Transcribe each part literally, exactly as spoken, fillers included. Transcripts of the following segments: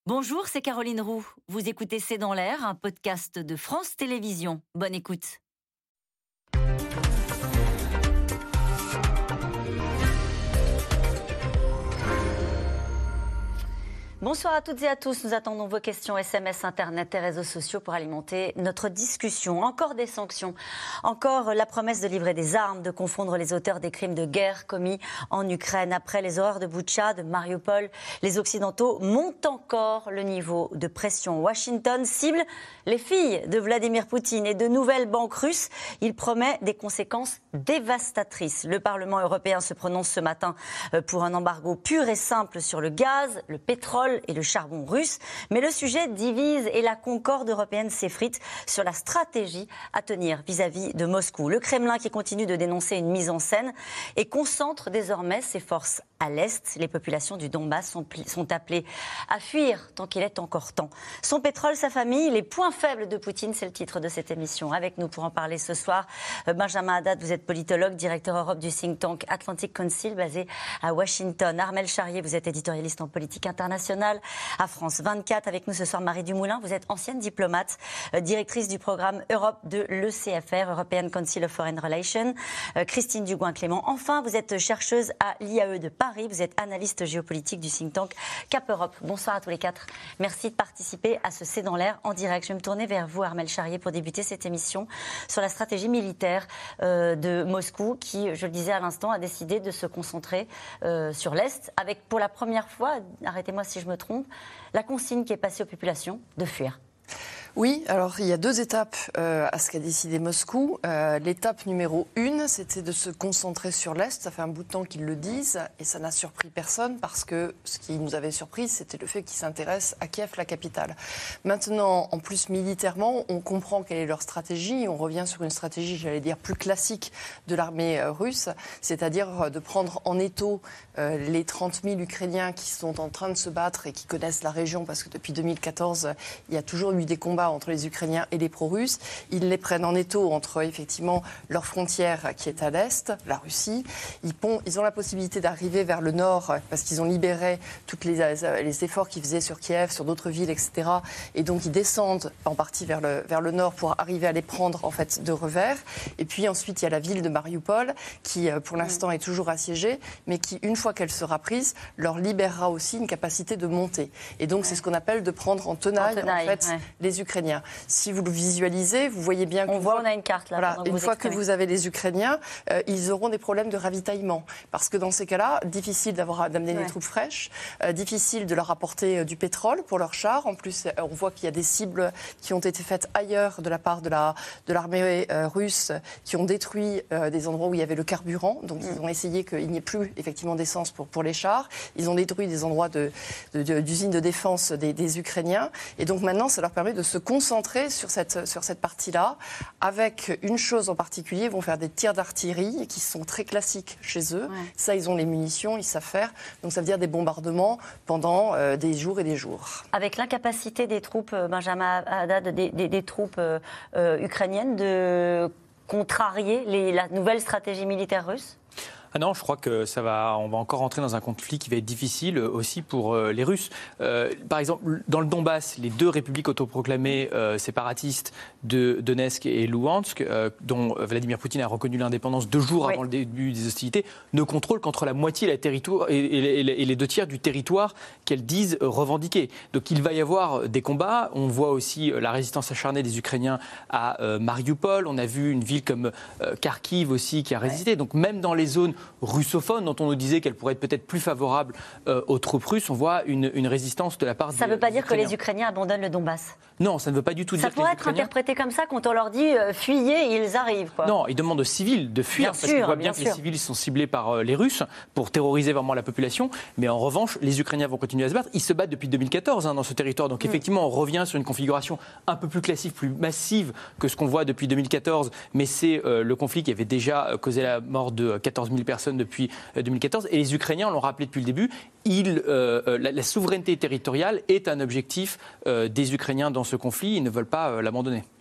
Bonjour, c'est Caroline Roux. Vous écoutez C'est dans l'air, un podcast de France Télévisions. Bonne écoute. Bonsoir à toutes et à tous. Nous attendons vos questions S M S, Internet et réseaux sociaux pour alimenter notre discussion. Encore des sanctions, encore la promesse de livrer des armes, de confondre les auteurs des crimes de guerre commis en Ukraine. Après les horreurs de Boutcha, de Mariupol, les Occidentaux montent encore le niveau de pression. Washington cible les filles de Vladimir Poutine et de nouvelles banques russes. Il promet des conséquences dévastatrices. Le Parlement européen se prononce ce matin pour un embargo pur et simple sur le gaz, le pétrole et le charbon russe. Mais le sujet divise et la concorde européenne s'effrite sur la stratégie à tenir vis-à-vis de Moscou. Le Kremlin qui continue de dénoncer une mise en scène et concentre désormais ses forces à l'Est. Les populations du Donbass sont, sont appelées à fuir tant qu'il est encore temps. Son pétrole, sa famille, les points faibles de Poutine, c'est le titre de cette émission. Avec nous pour en parler ce soir, Benjamin Haddad, vous êtes politologue, directeur Europe du think tank Atlantic Council basé à Washington. Armelle Charrier, vous êtes éditorialiste en politique internationale à France vingt-quatre. Avec nous ce soir, Marie Dumoulin, vous êtes ancienne diplomate, directrice du programme Europe de l'E C F R, European Council of Foreign Relations. Christine Dugouin-Clément, enfin, vous êtes chercheuse à l'I A E de Paris. Vous êtes analyste géopolitique du think tank Cap Europe. Bonsoir à tous les quatre. Merci de participer à ce C'est dans l'air en direct. Je vais me tourner vers vous, Armelle Charrier, pour débuter cette émission sur la stratégie militaire euh, de Moscou qui, je le disais à l'instant, a décidé de se concentrer euh, sur l'Est avec, pour la première fois, arrêtez-moi si je me trompe, la consigne qui est passée aux populations de fuir. Oui, alors il y a deux étapes euh, à ce qu'a décidé Moscou. Euh, l'étape numéro une, c'était de se concentrer sur l'Est. Ça fait un bout de temps qu'ils le disent et ça n'a surpris personne parce que ce qui nous avait surpris, c'était le fait qu'ils s'intéressent à Kiev, la capitale. Maintenant, en plus militairement, on comprend quelle est leur stratégie. On revient sur une stratégie, j'allais dire, plus classique de l'armée euh, russe, c'est-à-dire de prendre en étau euh, les trente mille Ukrainiens qui sont en train de se battre et qui connaissent la région parce que depuis deux mille quatorze, il y a toujours eu des combats entre les Ukrainiens et les pro-russes. Ils les prennent en étau entre effectivement leur frontière qui est à l'est, la Russie. Ils, pont, ils ont la possibilité d'arriver vers le nord parce qu'ils ont libéré tous les, les efforts qu'ils faisaient sur Kiev, sur d'autres villes, et cetera. Et donc ils descendent en partie vers le, vers le nord pour arriver à les prendre en fait de revers. Et puis ensuite il y a la ville de Mariupol qui pour l'instant est toujours assiégée, mais qui une fois qu'elle sera prise leur libérera aussi une capacité de monter. Et donc ouais. c'est ce qu'on appelle de prendre en tenaille, en, tenaille, en fait ouais. les Ukrainiens. Si vous le visualisez, vous voyez bien qu'on voit, on a une carte là. Voilà, une fois exprimez. que vous avez les Ukrainiens, euh, ils auront des problèmes de ravitaillement. Parce que dans ces cas-là, difficile d'avoir, d'amener ouais. des troupes fraîches, euh, difficile de leur apporter euh, du pétrole pour leurs chars. En plus, euh, on voit qu'il y a des cibles qui ont été faites ailleurs de la part de, la, de l'armée euh, russe, qui ont détruit euh, des endroits où il y avait le carburant. Donc, mm. ils ont essayé qu'il n'y ait plus effectivement d'essence pour, pour les chars. Ils ont détruit des endroits de, de, de, d'usines de défense des, des Ukrainiens. Et donc maintenant, ça leur permet de se concentrer sur cette, sur cette partie-là, avec une chose en particulier, ils vont faire des tirs d'artillerie qui sont très classiques chez eux. Ouais. Ça, ils ont les munitions, ils savent faire. Donc ça veut dire des bombardements pendant euh, des jours et des jours. Avec l'incapacité des troupes, Benjamin Haddad, des, des, des troupes euh, ukrainiennes de contrarier les, la nouvelle stratégie militaire russe ? Ah non, je crois que ça va, on va encore entrer dans un conflit qui va être difficile aussi pour euh, les Russes. Euh, par exemple, dans le Donbass, les deux républiques autoproclamées euh, séparatistes de Donetsk et Louhansk, euh, dont Vladimir Poutine a reconnu l'indépendance deux jours oui. avant le début des hostilités, ne contrôlent qu'entre la moitié et, la territoire, et, et, et les deux tiers du territoire qu'elles disent revendiquer. Donc il va y avoir des combats. On voit aussi la résistance acharnée des Ukrainiens à euh, Mariupol. On a vu une ville comme euh, Kharkiv aussi qui a résisté. Ouais. Donc même dans les zones russophone, dont on nous disait qu'elle pourrait être peut-être plus favorable euh, aux troupes russes, on voit une, une résistance de la part des Ça ne veut pas des dire Ukrainiens. que les Ukrainiens abandonnent le Donbass ? Non, ça ne veut pas du tout ça dire que les pourrait être Ukrainiens... interprété comme ça quand on leur dit euh, « fuyez », ils arrivent. Quoi. Non, ils demandent aux civils de fuir, bien parce sûr, qu'ils voient bien, bien que sûr. les civils sont ciblés par euh, les Russes pour terroriser vraiment la population. Mais en revanche, les Ukrainiens vont continuer à se battre. Ils se battent depuis deux mille quatorze hein, dans ce territoire. Donc mmh. effectivement, on revient sur une configuration un peu plus classique, plus massive que ce qu'on voit depuis deux mille quatorze. Mais c'est euh, le conflit qui avait déjà causé la mort de quatorze mille personnes depuis euh, deux mille quatorze. Et les Ukrainiens, on l'ont rappelé depuis le début, ils, euh, la, la souveraineté territoriale est un objectif euh, des Ukrainiens dans ce conflit. Ils ne veulent pas euh, l'abandonner.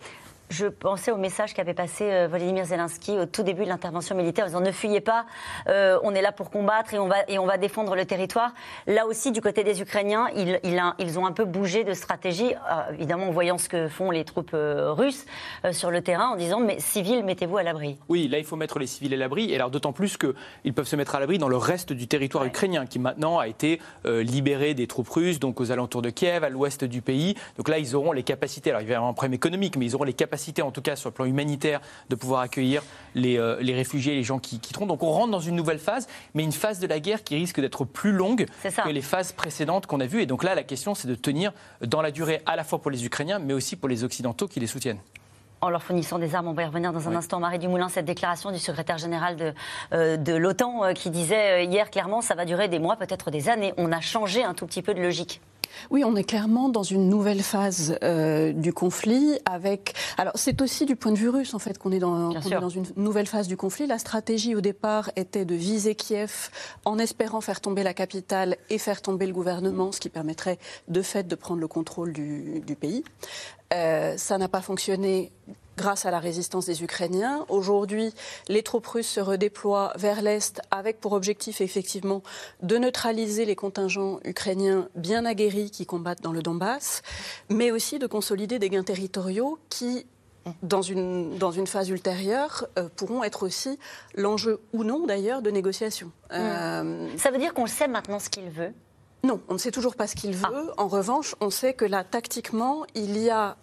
Je pensais au message qu'avait passé euh, Volodymyr Zelensky au tout début de l'intervention militaire en disant « Ne fuyez pas, euh, on est là pour combattre et on, va, et on va défendre le territoire ». Là aussi, du côté des Ukrainiens, ils, ils, ils ont un peu bougé de stratégie, euh, évidemment en voyant ce que font les troupes euh, russes euh, sur le terrain, en disant « Mais civils, mettez-vous à l'abri ». Oui, là, il faut mettre les civils à l'abri. Et alors, d'autant plus qu'ils peuvent se mettre à l'abri dans le reste du territoire ouais. ukrainien, qui maintenant a été euh, libéré des troupes russes, donc aux alentours de Kiev, à l'ouest du pays. Donc là, ils auront les capacités, alors il va y avoir un problème économique, mais ils auront les capacités, en tout cas sur le plan humanitaire, de pouvoir accueillir les, euh, les réfugiés, les gens qui quitteront. Donc on rentre dans une nouvelle phase, mais une phase de la guerre qui risque d'être plus longue que les phases précédentes qu'on a vues. Et donc là, la question, c'est de tenir dans la durée, à la fois pour les Ukrainiens, mais aussi pour les Occidentaux qui les soutiennent. En leur fournissant des armes, on va y revenir dans un oui. instant. Marie Dumoulin, cette déclaration du secrétaire général de, euh, de l'OTAN euh, qui disait euh, hier clairement ça va durer des mois, peut-être des années. On a changé un tout petit peu de logique. Oui, on est clairement dans une nouvelle phase euh, du conflit. Avec, alors c'est aussi du point de vue russe en fait qu'on est, dans, qu'on est dans une nouvelle phase du conflit. La stratégie au départ était de viser Kiev en espérant faire tomber la capitale et faire tomber le gouvernement, ce qui permettrait de fait de prendre le contrôle du, du pays. Euh, ça n'a pas fonctionné grâce à la résistance des Ukrainiens. Aujourd'hui, les troupes russes se redéploient vers l'Est avec pour objectif effectivement de neutraliser les contingents ukrainiens bien aguerris qui combattent dans le Donbass, mais aussi de consolider des gains territoriaux qui, dans une, dans une phase ultérieure, euh, pourront être aussi l'enjeu ou non d'ailleurs de négociations. Mmh. Euh... Ça veut dire qu'on sait maintenant ce qu'il veut ? Non, on ne sait toujours pas ce qu'il veut. Ah. En revanche, on sait que là, tactiquement, il y a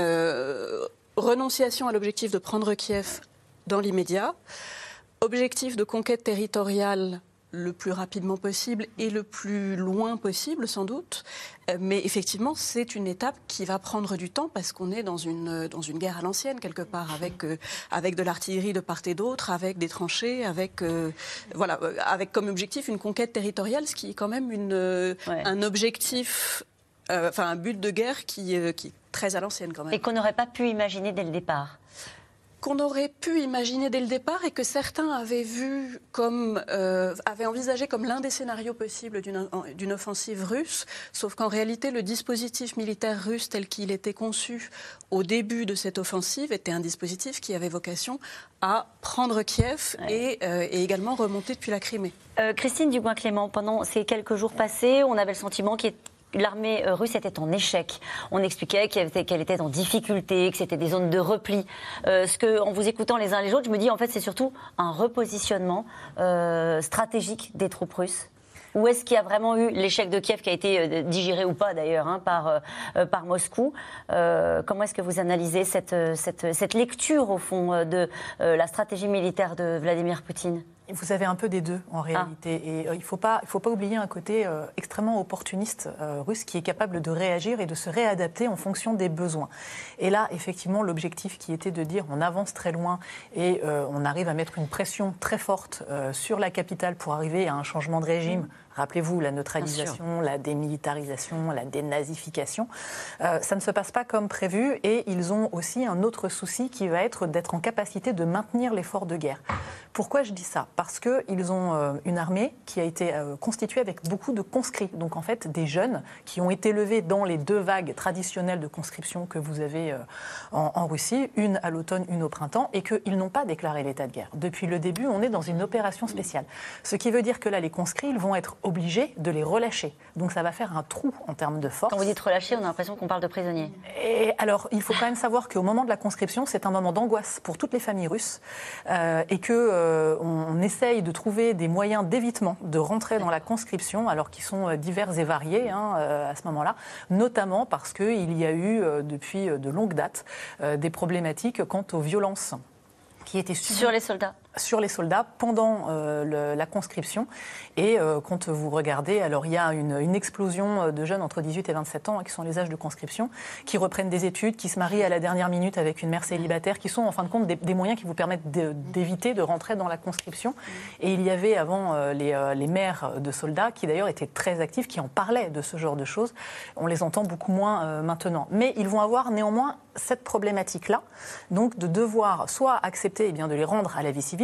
euh, renonciation à l'objectif de prendre Kiev dans l'immédiat, objectif de conquête territoriale le plus rapidement possible et le plus loin possible, sans doute. Mais effectivement, c'est une étape qui va prendre du temps parce qu'on est dans une, dans une guerre à l'ancienne, quelque part, avec, euh, avec de l'artillerie de part et d'autre, avec des tranchées, avec, euh, voilà, avec comme objectif une conquête territoriale, ce qui est quand même une, ouais. un objectif, euh, enfin un but de guerre qui, euh, qui est très à l'ancienne quand même. Et qu'on n'aurait pas pu imaginer dès le départ. Qu'on aurait pu imaginer dès le départ et que certains avaient vu comme, euh, avaient envisagé comme l'un des scénarios possibles d'une, d'une offensive russe, sauf qu'en réalité, le dispositif militaire russe tel qu'il était conçu au début de cette offensive était un dispositif qui avait vocation à prendre Kiev ouais. et, euh, et également remonter depuis la Crimée. Euh, Christine Dugouin-Clément, pendant ces quelques jours passés, on avait le sentiment qu'il l'armée russe était en échec. On expliquait qu'elle était, qu'elle était en difficulté, que c'était des zones de repli. Euh, ce que, en vous écoutant les uns les autres, je me dis en fait c'est surtout un repositionnement euh, stratégique des troupes russes. Ou est-ce qu'il y a vraiment eu l'échec de Kiev qui a été euh, digéré ou pas d'ailleurs hein, par, euh, par Moscou euh, Comment est-ce que vous analysez cette, cette, cette lecture au fond de euh, la stratégie militaire de Vladimir Poutine ? Vous avez un peu des deux en réalité. Ah. Et euh, il ne faut pas, il faut pas oublier un côté euh, extrêmement opportuniste euh, russe qui est capable de réagir et de se réadapter en fonction des besoins. Et là, effectivement, l'objectif qui était de dire on avance très loin et euh, on arrive à mettre une pression très forte euh, sur la capitale pour arriver à un changement de régime. Mmh. Rappelez-vous, la neutralisation, la démilitarisation, la dénazification. Euh, ça ne se passe pas comme prévu et ils ont aussi un autre souci qui va être d'être en capacité de maintenir l'effort de guerre. Pourquoi je dis ça ? Parce qu'ils ont euh, une armée qui a été euh, constituée avec beaucoup de conscrits. Donc en fait, des jeunes qui ont été levés dans les deux vagues traditionnelles de conscription que vous avez euh, en, en Russie, une à l'automne, une au printemps, et qu'ils n'ont pas déclaré l'état de guerre. Depuis le début, on est dans une opération spéciale. Ce qui veut dire que là, les conscrits, ils vont être obligés de les relâcher. Donc ça va faire un trou en termes de force. Quand vous dites relâcher, on a l'impression qu'on parle de prisonniers. Et alors, il faut quand même savoir qu'au moment de la conscription, c'est un moment d'angoisse pour toutes les familles russes euh, et qu'on euh, on essaye de trouver des moyens d'évitement de rentrer dans la conscription, alors qu'ils sont divers et variés hein, euh, à ce moment-là, notamment parce qu'il y a eu, euh, depuis de longues dates, euh, des problématiques quant aux violences qui étaient subies sur les soldats. sur les soldats pendant euh, le, la conscription. Et euh, quand vous regardez, alors il y a une, une explosion de jeunes entre dix-huit et vingt-sept ans, hein, qui sont les âges de conscription, qui reprennent des études, qui se marient à la dernière minute avec une mère célibataire, qui sont en fin de compte des, des moyens qui vous permettent de, d'éviter de rentrer dans la conscription. Et il y avait avant euh, les, euh, les mères de soldats, qui d'ailleurs étaient très actifs, qui en parlaient de ce genre de choses. On les entend beaucoup moins euh, maintenant. Mais ils vont avoir néanmoins cette problématique-là, donc de devoir soit accepter eh bien, de les rendre à la vie civile,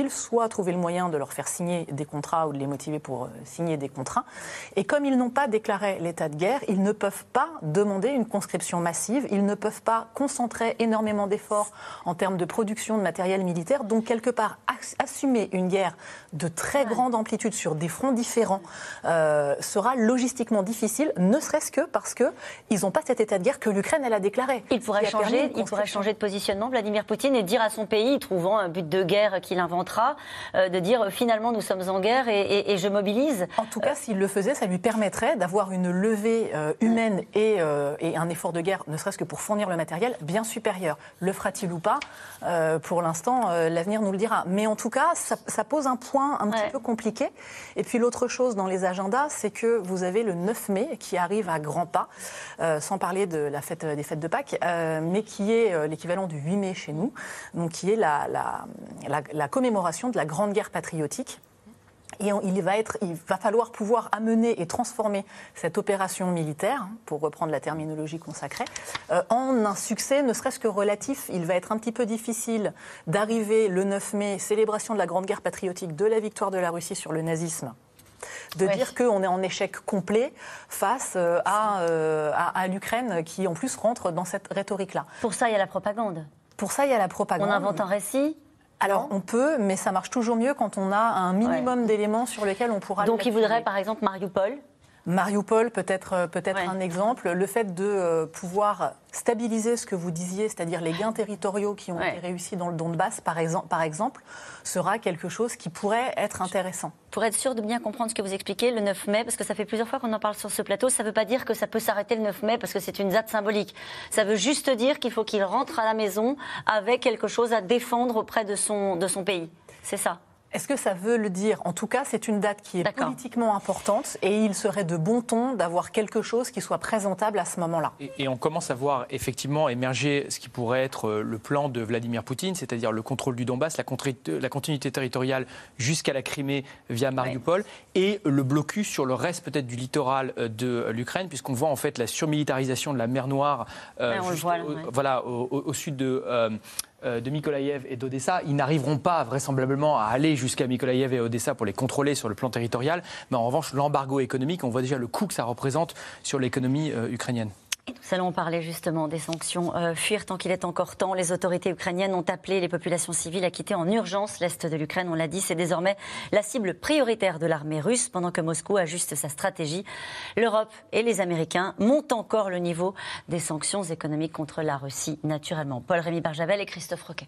civils, soit trouver le moyen de leur faire signer des contrats ou de les motiver pour signer des contrats. Et comme ils n'ont pas déclaré l'état de guerre, ils ne peuvent pas demander une conscription massive, ils ne peuvent pas concentrer énormément d'efforts en termes de production de matériel militaire, donc quelque part assumer une guerre de très grande amplitude sur des fronts différents euh, sera logistiquement difficile, ne serait-ce que parce qu'ils n'ont pas cet état de guerre que l'Ukraine elle a déclaré. Il pourrait, changer, il pourrait changer de positionnement, Vladimir Poutine, et dire à son pays, trouvant un but de guerre qu'il inventera, euh, de dire finalement nous sommes en guerre et, et, et je mobilise. En tout cas, s'il le faisait, ça lui permettrait d'avoir une levée euh, humaine et, euh, et un effort de guerre, ne serait-ce que pour fournir le matériel, bien supérieur. Le fera-t-il ou pas ? euh, Pour l'instant, euh, l'avenir nous le dira. Mais en tout cas, ça, ça pose un point un ouais. petit peu compliqué. Et puis l'autre chose dans les agendas, c'est que vous avez le neuf mai qui arrive à grands pas, euh, sans parler de la fête, des fêtes de Pâques, euh, mais qui est euh, l'équivalent du huit mai chez nous, donc qui est la, la, la, la commémoration de la Grande Guerre patriotique. Et il va, être, il va falloir pouvoir amener et transformer cette opération militaire, pour reprendre la terminologie consacrée, euh, en un succès, ne serait-ce que relatif. Il va être un petit peu difficile d'arriver le neuf mai, célébration de la Grande Guerre patriotique, de la victoire de la Russie sur le nazisme, de ouais. dire qu'on est en échec complet face à, euh, à, à l'Ukraine qui, en plus, rentre dans cette rhétorique-là. Pour ça, il y a la propagande. Pour ça, il y a la propagande. On invente un récit. Alors, on peut, mais ça marche toujours mieux quand on a un minimum ouais. d'éléments sur lesquels on pourra... Donc, il voudrait, par exemple, Mariupol ? Mariupol, peut-être peut-être ouais. un exemple. Le fait de euh, pouvoir stabiliser ce que vous disiez, c'est-à-dire les gains territoriaux qui ont ouais. été réussis dans le Donbass, par exemple, par exemple, sera quelque chose qui pourrait être intéressant. Pour être sûr de bien comprendre ce que vous expliquez, le neuf mai, parce que ça fait plusieurs fois qu'on en parle sur ce plateau, ça ne veut pas dire que ça peut s'arrêter le neuf mai parce que c'est une date symbolique. Ça veut juste dire qu'il faut qu'il rentre à la maison avec quelque chose à défendre auprès de son, de son pays. C'est ça. Est-ce que ça veut le dire ? En tout cas, c'est une date qui est D'accord. politiquement importante et il serait de bon ton d'avoir quelque chose qui soit présentable à ce moment-là. Et, et on commence à voir effectivement émerger ce qui pourrait être le plan de Vladimir Poutine, c'est-à-dire le contrôle du Donbass, la, la continuité territoriale jusqu'à la Crimée via Mariupol ouais. et le blocus sur le reste peut-être du littoral de l'Ukraine, puisqu'on voit en fait la surmilitarisation de la mer Noire euh, ouais, juste voit, au, ouais. voilà, au, au, au sud de... Euh, de Mykolaïev et d'Odessa. Ils n'arriveront pas vraisemblablement à aller jusqu'à Mykolaïev et Odessa pour les contrôler sur le plan territorial. Mais en revanche, l'embargo économique, on voit déjà le coût que ça représente sur l'économie euh, ukrainienne. Et nous allons parler justement des sanctions. Euh, fuir tant qu'il est encore temps. Les autorités ukrainiennes ont appelé les populations civiles à quitter en urgence l'est de l'Ukraine. On l'a dit, c'est désormais la cible prioritaire de l'armée russe pendant que Moscou ajuste sa stratégie. L'Europe et les Américains montent encore le niveau des sanctions économiques contre la Russie, naturellement. Paul-Rémy Barjavel et Christophe Roquet.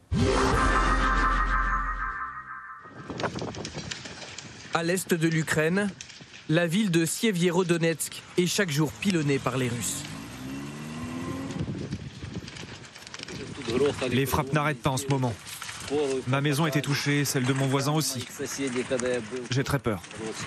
À l'est de l'Ukraine, la ville de Sievierodonetsk est chaque jour pilonnée par les Russes. Les frappes n'arrêtent pas en ce moment. Ma maison a été touchée, celle de mon voisin aussi. J'ai très peur.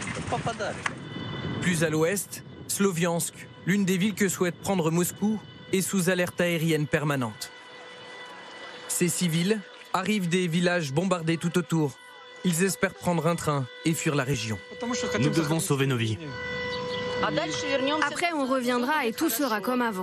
Plus à l'ouest, Sloviansk, l'une des villes que souhaite prendre Moscou, est sous alerte aérienne permanente. Ces civils arrivent des villages bombardés tout autour. Ils espèrent prendre un train et fuir la région. Nous devons sauver nos vies. Après, on reviendra et tout sera comme avant.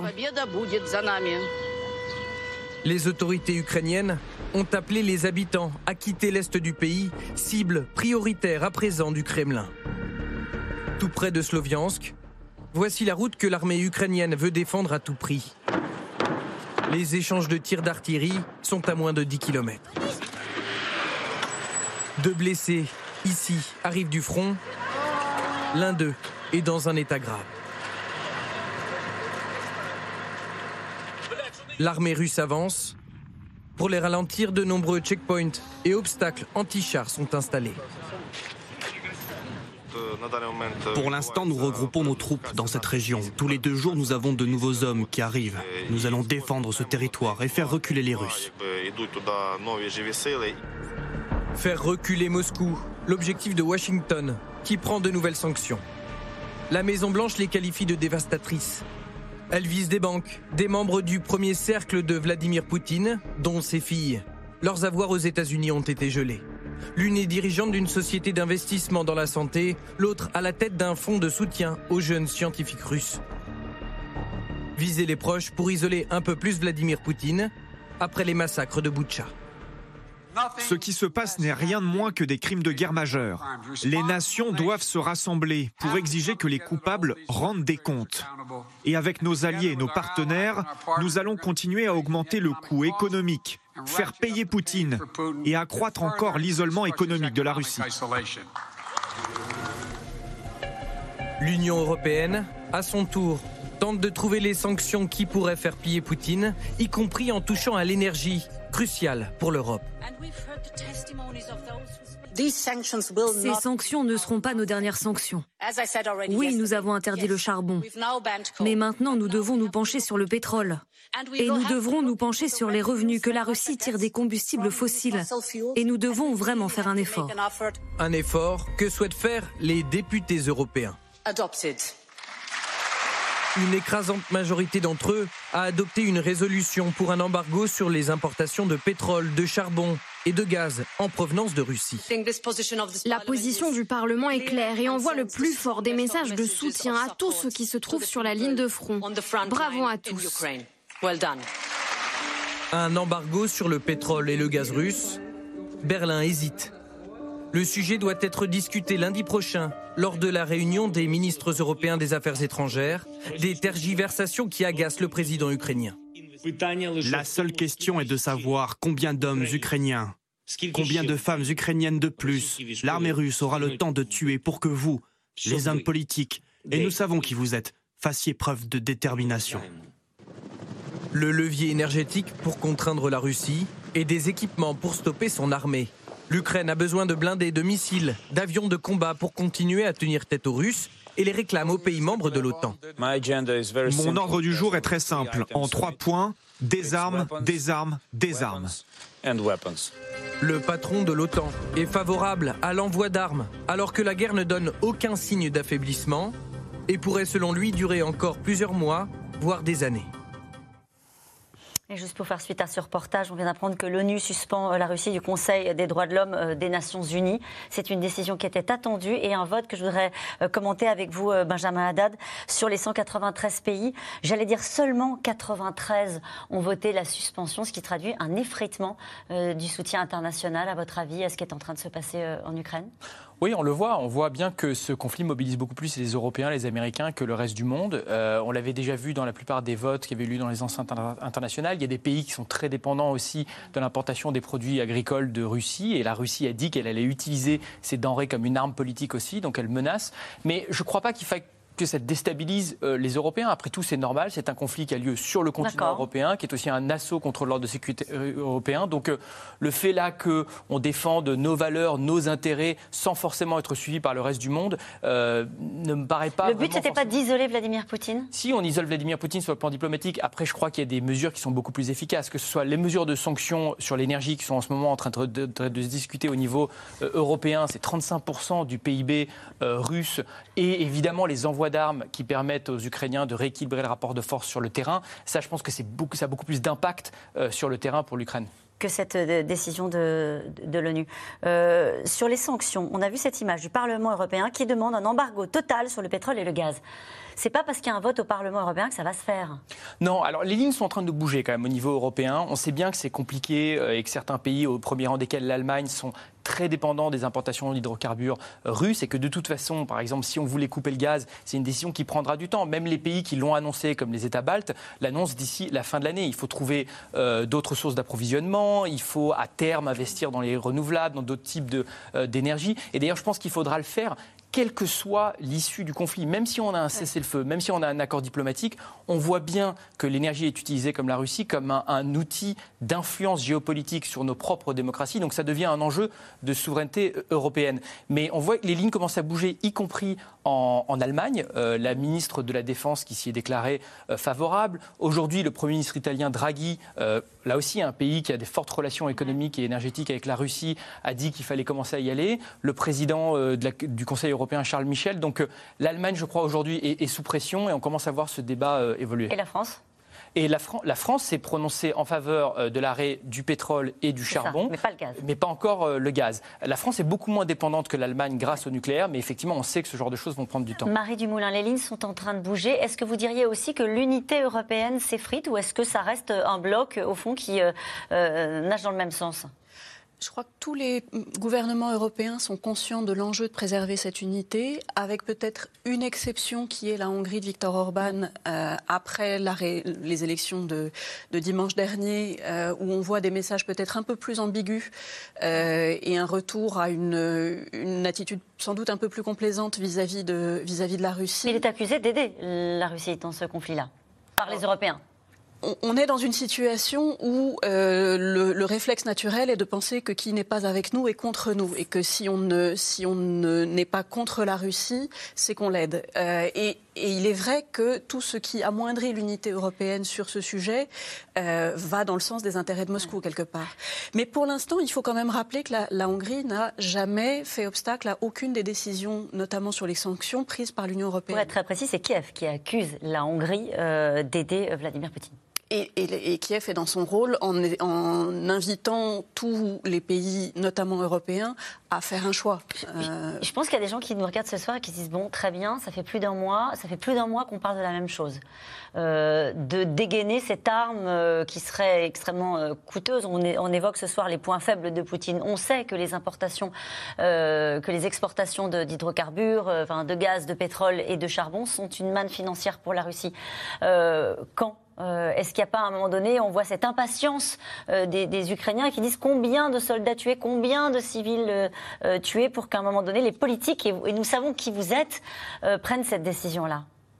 Les autorités ukrainiennes ont appelé les habitants à quitter l'est du pays, cible prioritaire à présent du Kremlin. Tout près de Sloviansk, voici la route que l'armée ukrainienne veut défendre à tout prix. Les échanges de tirs d'artillerie sont à moins de dix kilomètres. Deux blessés, ici, arrivent du front. L'un d'eux est dans un état grave. L'armée russe avance. Pour les ralentir, de nombreux checkpoints et obstacles anti-chars sont installés. Pour l'instant, nous regroupons nos troupes dans cette région. Tous les deux jours, nous avons de nouveaux hommes qui arrivent. Nous allons défendre ce territoire et faire reculer les Russes. Faire reculer Moscou, l'objectif de Washington, qui prend de nouvelles sanctions. La Maison-Blanche les qualifie de dévastatrices. Elle vise des banques, des membres du premier cercle de Vladimir Poutine, dont ses filles. Leurs avoirs aux États-Unis ont été gelés. L'une est dirigeante d'une société d'investissement dans la santé, l'autre à la tête d'un fonds de soutien aux jeunes scientifiques russes. Viser les proches pour isoler un peu plus Vladimir Poutine après les massacres de Boutcha. Ce qui se passe n'est rien de moins que des crimes de guerre majeurs. Les nations doivent se rassembler pour exiger que les coupables rendent des comptes. Et avec nos alliés et nos partenaires, nous allons continuer à augmenter le coût économique, faire payer Poutine et accroître encore l'isolement économique de la Russie. L'Union européenne, à son tour, tente de trouver les sanctions qui pourraient faire plier Poutine, y compris en touchant à l'énergie, cruciale pour l'Europe. Ces sanctions ne seront pas nos dernières sanctions. Oui, nous avons interdit le charbon. Mais maintenant, nous devons nous pencher sur le pétrole. Et nous devrons nous pencher sur les revenus que la Russie tire des combustibles fossiles. Et nous devons vraiment faire un effort. Un effort que souhaitent faire les députés européens. Une écrasante majorité d'entre eux a adopté une résolution pour un embargo sur les importations de pétrole, de charbon et de gaz en provenance de Russie. La position du Parlement est claire et envoie le plus fort des messages de soutien à tous ceux qui se trouvent sur la ligne de front. Bravo à tous. Un embargo sur le pétrole et le gaz russe, Berlin hésite. Le sujet doit être discuté lundi prochain lors de la réunion des ministres européens des Affaires étrangères, des tergiversations qui agacent le président ukrainien. La seule question est de savoir combien d'hommes ukrainiens, combien de femmes ukrainiennes de plus l'armée russe aura le temps de tuer pour que vous, les hommes politiques, et nous savons qui vous êtes, fassiez preuve de détermination. Le levier énergétique pour contraindre la Russie et des équipements pour stopper son armée. L'Ukraine a besoin de blindés, de missiles, d'avions de combat pour continuer à tenir tête aux Russes et les réclame aux pays membres de l'OTAN. Mon ordre du jour est très simple. En trois points, des armes, des armes, des armes. Le patron de l'OTAN est favorable à l'envoi d'armes, alors que la guerre ne donne aucun signe d'affaiblissement et pourrait selon lui durer encore plusieurs mois, voire des années. Et juste pour faire suite à ce reportage, on vient d'apprendre que l'ONU suspend la Russie du Conseil des droits de l'homme des Nations Unies. C'est une décision qui était attendue et un vote que je voudrais commenter avec vous, Benjamin Haddad. Sur les cent quatre-vingt-treize pays, j'allais dire seulement quatre-vingt-treize ont voté la suspension, ce qui traduit un effritement du soutien international, à votre avis, à ce qui est en train de se passer en Ukraine ? Oui, on le voit. On voit bien que ce conflit mobilise beaucoup plus les Européens, les Américains que le reste du monde. Euh, on l'avait déjà vu dans la plupart des votes qui avaient eu lieu dans les enceintes internationales. Il y a des pays qui sont très dépendants aussi de l'importation des produits agricoles de Russie. Et la Russie a dit qu'elle allait utiliser ces denrées comme une arme politique aussi, donc elle menace. Mais je ne crois pas qu'il faille que ça déstabilise euh, les Européens. Après tout, c'est normal. C'est un conflit qui a lieu sur le continent européen, qui est aussi un assaut contre l'ordre de sécurité européen. Donc euh, le fait là qu'on défende nos valeurs, nos intérêts, sans forcément être suivi par le reste du monde, euh, ne me paraît pas... Le but, c'était pas d'isoler Vladimir Poutine ? Si, on isole Vladimir Poutine sur le plan diplomatique. Après, je crois qu'il y a des mesures qui sont beaucoup plus efficaces, que ce soit les mesures de sanctions sur l'énergie qui sont en ce moment en train de, de, de, de se discuter au niveau euh, européen. C'est trente-cinq pour cent du P I B euh, russe. Et évidemment, les envois d'armes qui permettent aux Ukrainiens de rééquilibrer le rapport de force sur le terrain. Ça, je pense que c'est beaucoup, ça a beaucoup plus d'impact euh, sur le terrain pour l'Ukraine. Que cette euh, décision de, de, de l'ONU. Euh, sur les sanctions, on a vu cette image du Parlement européen qui demande un embargo total sur le pétrole et le gaz. C'est pas parce qu'il y a un vote au Parlement européen que ça va se faire. Non, alors les lignes sont en train de bouger quand même au niveau européen. On sait bien que c'est compliqué euh, et que certains pays, au premier rang desquels l'Allemagne, sont très dépendants des importations d'hydrocarbures russes et que de toute façon, par exemple, si on voulait couper le gaz, c'est une décision qui prendra du temps. Même les pays qui l'ont annoncé, comme les États baltes, l'annoncent d'ici la fin de l'année. Il faut trouver euh, d'autres sources d'approvisionnement, il faut à terme investir dans les renouvelables, dans d'autres types de, euh, d'énergie. Et d'ailleurs, je pense qu'il faudra le faire quelle que soit l'issue du conflit, même si on a un cessez-le-feu, même si on a un accord diplomatique, on voit bien que l'énergie est utilisée comme la Russie, comme un, un outil d'influence géopolitique sur nos propres démocraties. Donc ça devient un enjeu de souveraineté européenne. Mais on voit que les lignes commencent à bouger, y compris en, en Allemagne. Euh, la ministre de la Défense qui s'y est déclarée euh, favorable. Aujourd'hui, le Premier ministre italien Draghi, euh, là aussi un pays qui a des fortes relations économiques et énergétiques avec la Russie, a dit qu'il fallait commencer à y aller. Le président euh, de la, du Conseil européen, Charles Michel. Donc euh, l'Allemagne, je crois, aujourd'hui est, est sous pression et on commence à voir ce débat euh, évoluer. Et la France ? Et la, Fran- la France s'est prononcée en faveur euh, de l'arrêt du pétrole et du C'est charbon. ça, mais pas le gaz. Mais pas encore euh, le gaz. La France est beaucoup moins dépendante que l'Allemagne grâce au nucléaire, mais effectivement, on sait que ce genre de choses vont prendre du temps. Marie Dumoulin, les lignes sont en train de bouger. Est-ce que vous diriez aussi que l'unité européenne s'effrite ou est-ce que ça reste un bloc, au fond, qui euh, euh, nage dans le même sens ? Je crois que tous les gouvernements européens sont conscients de l'enjeu de préserver cette unité, avec peut-être une exception qui est la Hongrie de Viktor Orban, euh, après les élections de, de dimanche dernier, euh, où on voit des messages peut-être un peu plus ambigus euh, et un retour à une, une attitude sans doute un peu plus complaisante vis-à-vis de, vis-à-vis de la Russie. Il est accusé d'aider la Russie dans ce conflit-là, par les Européens. On est dans une situation où euh, le, le réflexe naturel est de penser que qui n'est pas avec nous est contre nous, et que si on ne, si on ne, n'est pas contre la Russie, c'est qu'on l'aide. Euh, et, et il est vrai que tout ce qui amoindrit l'unité européenne sur ce sujet euh, va dans le sens des intérêts de Moscou, quelque part. Mais pour l'instant, il faut quand même rappeler que la, la Hongrie n'a jamais fait obstacle à aucune des décisions, notamment sur les sanctions prises par l'Union européenne. Pour être très précis, c'est Kiev qui accuse la Hongrie euh, d'aider Vladimir Poutine. Et, et, et Kiev est dans son rôle en, en invitant tous les pays, notamment européens, à faire un choix. Euh... Je pense qu'il y a des gens qui nous regardent ce soir et qui se disent « Bon, très bien, ça fait plus d'un mois, ça fait plus d'un mois qu'on parle de la même chose. Euh, de dégainer cette arme euh, qui serait extrêmement euh, coûteuse. On, est, on évoque ce soir les points faibles de Poutine. On sait que les importations, euh, que les exportations de, d'hydrocarbures, euh, enfin, de gaz, de pétrole et de charbon sont une manne financière pour la Russie. Euh, quand Euh, est-ce qu'il n'y a pas, à un moment donné, on voit cette impatience euh, des, des Ukrainiens qui disent combien de soldats tués, combien de civils euh, euh, tués, pour qu'à un moment donné, les politiques, et, et nous savons qui vous êtes, euh, prennent cette décision-là.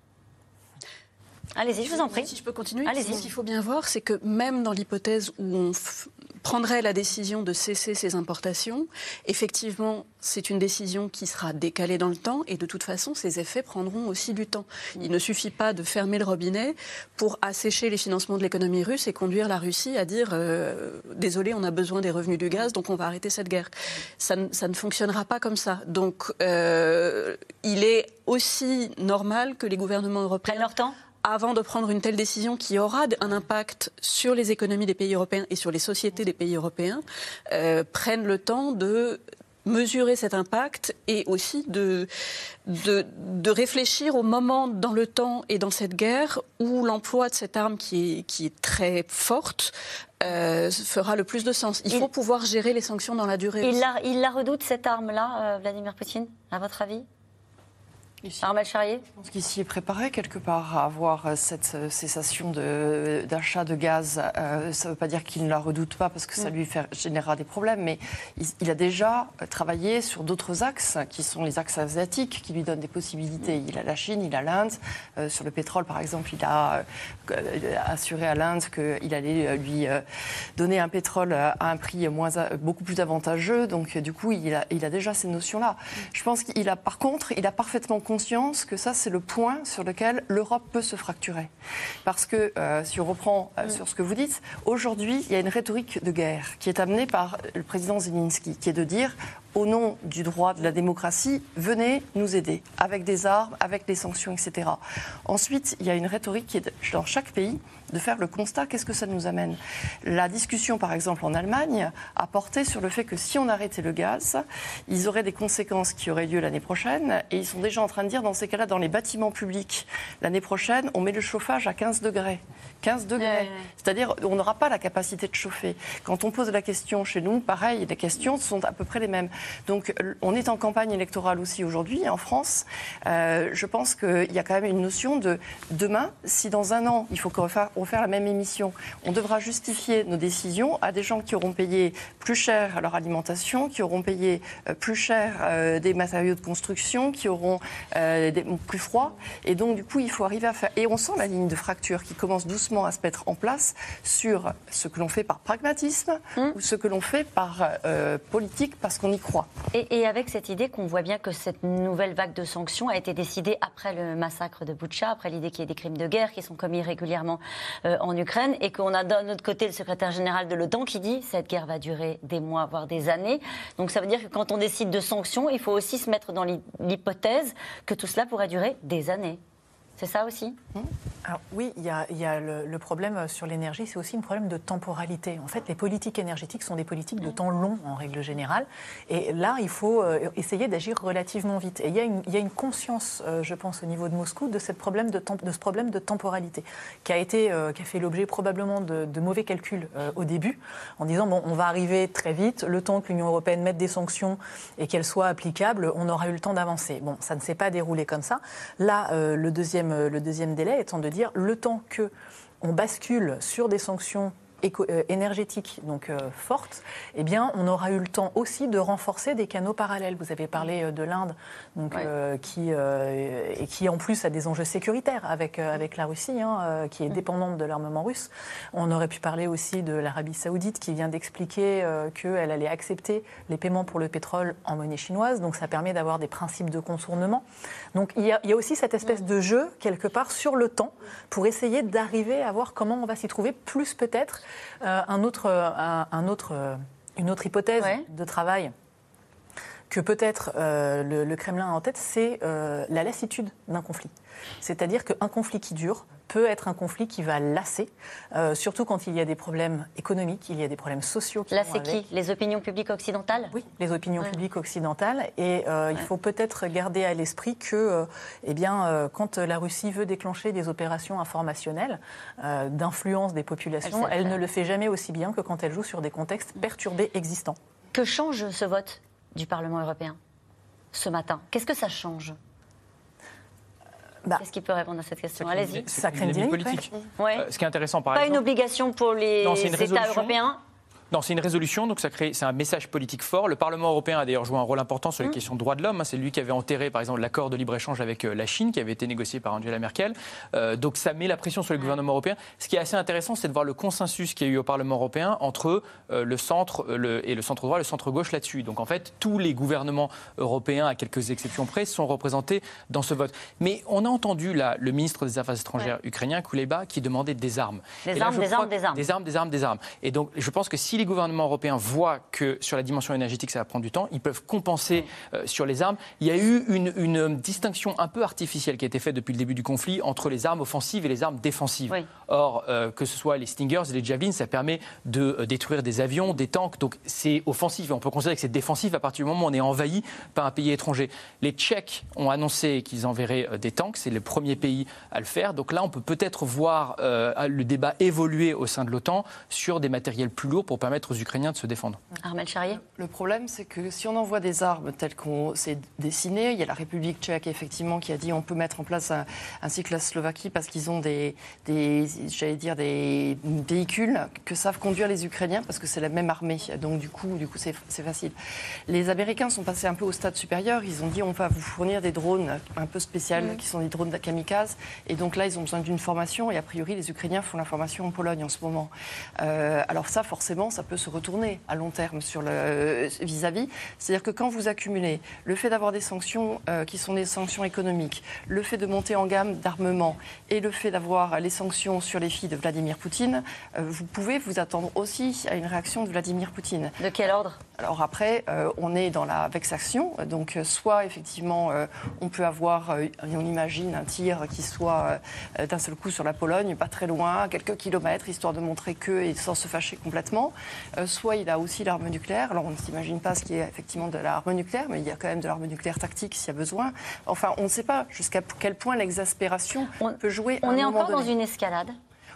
Allez-y, je vous en prie. Si je peux continuer. Allez-y. Ce qu'il faut bien voir, c'est que même dans l'hypothèse où on f- prendrait la décision de cesser ces importations, effectivement, c'est une décision qui sera décalée dans le temps, et de toute façon, ces effets prendront aussi du temps. Il ne suffit pas de fermer le robinet pour assécher les financements de l'économie russe et conduire la Russie à dire euh, « désolé, on a besoin des revenus du gaz, donc on va arrêter cette guerre ». Ça, ça ne fonctionnera pas comme ça. Donc, euh, il est aussi normal que les gouvernements européens prennent leur temps, avant de prendre une telle décision qui aura un impact sur les économies des pays européens et sur les sociétés des pays européens, euh, prennent le temps de mesurer cet impact et aussi de, de, de réfléchir au moment dans le temps et dans cette guerre où l'emploi de cette arme qui est, qui est très forte euh, fera le plus de sens. Il, il faut pouvoir gérer les sanctions dans la durée. Il la, il la redoute, cette arme-là, euh, Vladimir Poutine, à votre avis ? Armel Charrier ? Je pense qu'il s'y est préparé quelque part à avoir cette cessation de, d'achat de gaz. Euh, ça ne veut pas dire qu'il ne la redoute pas parce que ça lui fait, générera des problèmes, mais il, il a déjà travaillé sur d'autres axes qui sont les axes asiatiques qui lui donnent des possibilités. Il a la Chine, il a l'Inde. Euh, sur le pétrole, par exemple, il a euh, assuré à l'Inde qu'il allait lui euh, donner un pétrole à un prix moins, beaucoup plus avantageux. Donc, du coup, il a, il a déjà ces notions-là. Je pense qu'il a, par contre, il a parfaitement conscience que ça, c'est le point sur lequel l'Europe peut se fracturer. Parce que, euh, si on reprend euh, sur ce que vous dites, aujourd'hui, il y a une rhétorique de guerre qui est amenée par le président Zelensky, qui est de dire, au nom du droit de la démocratie, venez nous aider, avec des armes, avec des sanctions, et cetera. Ensuite, il y a une rhétorique qui est, dans chaque pays, de faire le constat, qu'est-ce que ça nous amène ? La discussion, par exemple, en Allemagne, a porté sur le fait que si on arrêtait le gaz, ils auraient des conséquences qui auraient lieu l'année prochaine, et ils sont déjà en train de dire, dans ces cas-là, dans les bâtiments publics, l'année prochaine, on met le chauffage à quinze degrés. quinze degrés. Ouais, ouais. C'est-à-dire, on n'aura pas la capacité de chauffer. Quand on pose la question chez nous, pareil, les questions sont à peu près les mêmes. Donc, on est en campagne électorale aussi aujourd'hui, en France. Euh, je pense qu'il y a quand même une notion de demain, si dans un an, il faut refaire, refaire la même émission, on devra justifier nos décisions à des gens qui auront payé plus cher leur alimentation, qui auront payé plus cher euh, des matériaux de construction, qui auront euh, des, plus froid. Et donc, du coup, il faut arriver à faire... Et on sent la ligne de fracture qui commence doucement à se mettre en place sur ce que l'on fait par pragmatisme mmh. ou ce que l'on fait par euh, politique parce qu'on y croit. Et, et avec cette idée qu'on voit bien que cette nouvelle vague de sanctions a été décidée après le massacre de Boutcha, après l'idée qu'il y ait des crimes de guerre qui sont commis régulièrement euh, en Ukraine, et qu'on a d'un autre côté le secrétaire général de l'OTAN qui dit que cette guerre va durer des mois, voire des années. Donc ça veut dire que quand on décide de sanctions, il faut aussi se mettre dans l'hypothèse que tout cela pourrait durer des années. C'est ça aussi ? mmh. Alors, oui, il y a, il y a le, le problème sur l'énergie, c'est aussi un problème de temporalité. En fait, les politiques énergétiques sont des politiques de temps long en règle générale. Et là, il faut euh, essayer d'agir relativement vite. Et il y a une, il y a une conscience, euh, je pense, au niveau de Moscou, de, cette problème de, temp- de ce problème de temporalité, qui a, été, euh, qui a fait l'objet probablement de, de mauvais calculs euh, au début, en disant, bon, on va arriver très vite, le temps que l'Union européenne mette des sanctions et qu'elles soient applicables, on aura eu le temps d'avancer. Bon, ça ne s'est pas déroulé comme ça. Là, euh, le, deuxième, le deuxième délai étant de dire le temps qu'on bascule sur des sanctions éco- euh, énergétiques donc, euh, fortes, eh bien, on aura eu le temps aussi de renforcer des canaux parallèles. Vous avez parlé euh, de l'Inde, donc, ouais. euh, qui, euh, et qui en plus a des enjeux sécuritaires avec, euh, avec la Russie, hein, euh, qui est dépendante de l'armement russe. On aurait pu parler aussi de l'Arabie saoudite qui vient d'expliquer euh, qu'elle allait accepter les paiements pour le pétrole en monnaie chinoise, donc ça permet d'avoir des principes de contournement. Donc il y a, il y a aussi cette espèce de jeu, quelque part, sur le temps, pour essayer d'arriver à voir comment on va s'y trouver, plus peut-être euh, un autre, un, un autre, euh, une autre hypothèse ouais. de travail que peut-être euh, le, le Kremlin a en tête, c'est euh, la lassitude d'un conflit. C'est-à-dire qu'un conflit qui dure peut être un conflit qui va lasser, euh, surtout quand il y a des problèmes économiques, il y a des problèmes sociaux. Qui Là, c'est qui ? Les opinions publiques occidentales ? Oui, les opinions ouais. publiques occidentales. Et euh, ouais. il faut peut-être garder à l'esprit que, euh, eh bien, euh, quand la Russie veut déclencher des opérations informationnelles euh, d'influence des populations, elle, elle ne le fait jamais aussi bien que quand elle joue sur des contextes perturbés existants. Que change ce vote du Parlement européen ce matin ? Qu'est-ce que ça change ? Bah, Qu'est-ce qui peut répondre à cette question ? Allez-y. Ça crée une dynamique politique. Ouais. Euh, ce qui est intéressant, par Pas exemple... Pas une obligation pour les non, États européens ? Non, c'est une résolution, donc ça crée, c'est un message politique fort. Le Parlement européen a d'ailleurs joué un rôle important sur les mmh. questions de droits de l'homme. C'est lui qui avait enterré, par exemple, l'accord de libre-échange avec la Chine, qui avait été négocié par Angela Merkel. Euh, donc ça met la pression sur le gouvernement européen. Ce qui est assez intéressant, c'est de voir le consensus qu'il y a eu au Parlement européen entre euh, le centre le, et le centre droit, le centre gauche là-dessus. Donc en fait, tous les gouvernements européens, à quelques exceptions près, sont représentés dans ce vote. Mais on a entendu là le ministre des Affaires étrangères ouais. ukrainien, Kuleba, qui demandait des armes. Des armes, des armes, des armes. Des armes, des armes, des armes. Et donc je pense que si les gouvernements européens voient que sur la dimension énergétique, ça va prendre du temps, ils peuvent compenser euh, sur les armes. Il y a eu une, une distinction un peu artificielle qui a été faite depuis le début du conflit entre les armes offensives et les armes défensives. Oui. Or, euh, que ce soit les Stingers et les Javelins, ça permet de euh, détruire des avions, des tanks, donc c'est offensif. Et on peut considérer que c'est défensif à partir du moment où on est envahi par un pays étranger. Les Tchèques ont annoncé qu'ils enverraient euh, des tanks, c'est le premier pays à le faire. Donc là, on peut peut-être voir euh, le débat évoluer au sein de l'OTAN sur des matériels plus lourds pour permettre aux Ukrainiens de se défendre. Armel Charrier. Le problème, c'est que si on envoie des armes telles qu'on s'est dessiné, il y a la République tchèque effectivement qui a dit on peut mettre en place un, ainsi que la Slovaquie parce qu'ils ont des, des, j'allais dire des véhicules que savent conduire les Ukrainiens parce que c'est la même armée. Donc du coup, du coup, c'est, c'est facile. Les Américains sont passés un peu au stade supérieur. Ils ont dit on va vous fournir des drones un peu spéciaux mmh. qui sont des drones kamikazes. Et donc là, ils ont besoin d'une formation. Et a priori, les Ukrainiens font la formation en Pologne en ce moment. Euh, alors ça, forcément, ça peut se retourner à long terme sur le vis-à-vis. C'est-à-dire que quand vous accumulez le fait d'avoir des sanctions euh, qui sont des sanctions économiques, le fait de monter en gamme d'armement et le fait d'avoir les sanctions sur les filles de Vladimir Poutine, euh, vous pouvez vous attendre aussi à une réaction de Vladimir Poutine. De quel ordre ? Alors après, euh, on est dans la vexation. Donc soit effectivement, euh, on peut avoir, euh, on imagine un tir qui soit euh, d'un seul coup sur la Pologne, pas très loin, à quelques kilomètres, histoire de montrer que, et sans se fâcher complètement. Euh, soit il a aussi l'arme nucléaire. Alors on ne s'imagine pas ce qui est effectivement de l'arme nucléaire, mais il y a quand même de l'arme nucléaire tactique s'il y a besoin. Enfin, on ne sait pas jusqu'à quel point l'exaspération on, peut jouer. On à un est moment encore donné. dans une escalade.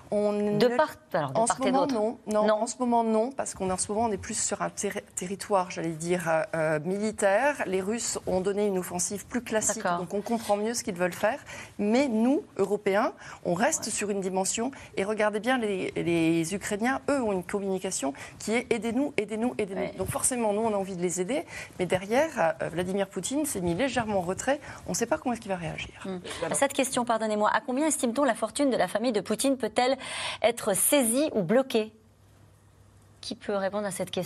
On de ne... part, alors de en part ce et moment, d'autre. Non, non, non. En ce moment, non, parce qu'en ce moment, on est plus sur un ter- territoire, j'allais dire, euh, militaire. Les Russes ont donné une offensive plus classique, D'accord. donc on comprend mieux ce qu'ils veulent faire. Mais nous, Européens, on reste ouais. sur une dimension. Et regardez bien, les, les Ukrainiens, eux, ont une communication qui est aidez-nous, aidez-nous, aidez-nous. Ouais. Donc forcément, nous, on a envie de les aider. Mais derrière, euh, Vladimir Poutine s'est mis légèrement en retrait. On ne sait pas comment est-ce qu'il va réagir. Hum. Voilà. Cette question, pardonnez-moi, à combien estime-t-on la fortune de la famille de Poutine peut-elle être saisie ou bloquée ? Qui peut répondre à cette question ?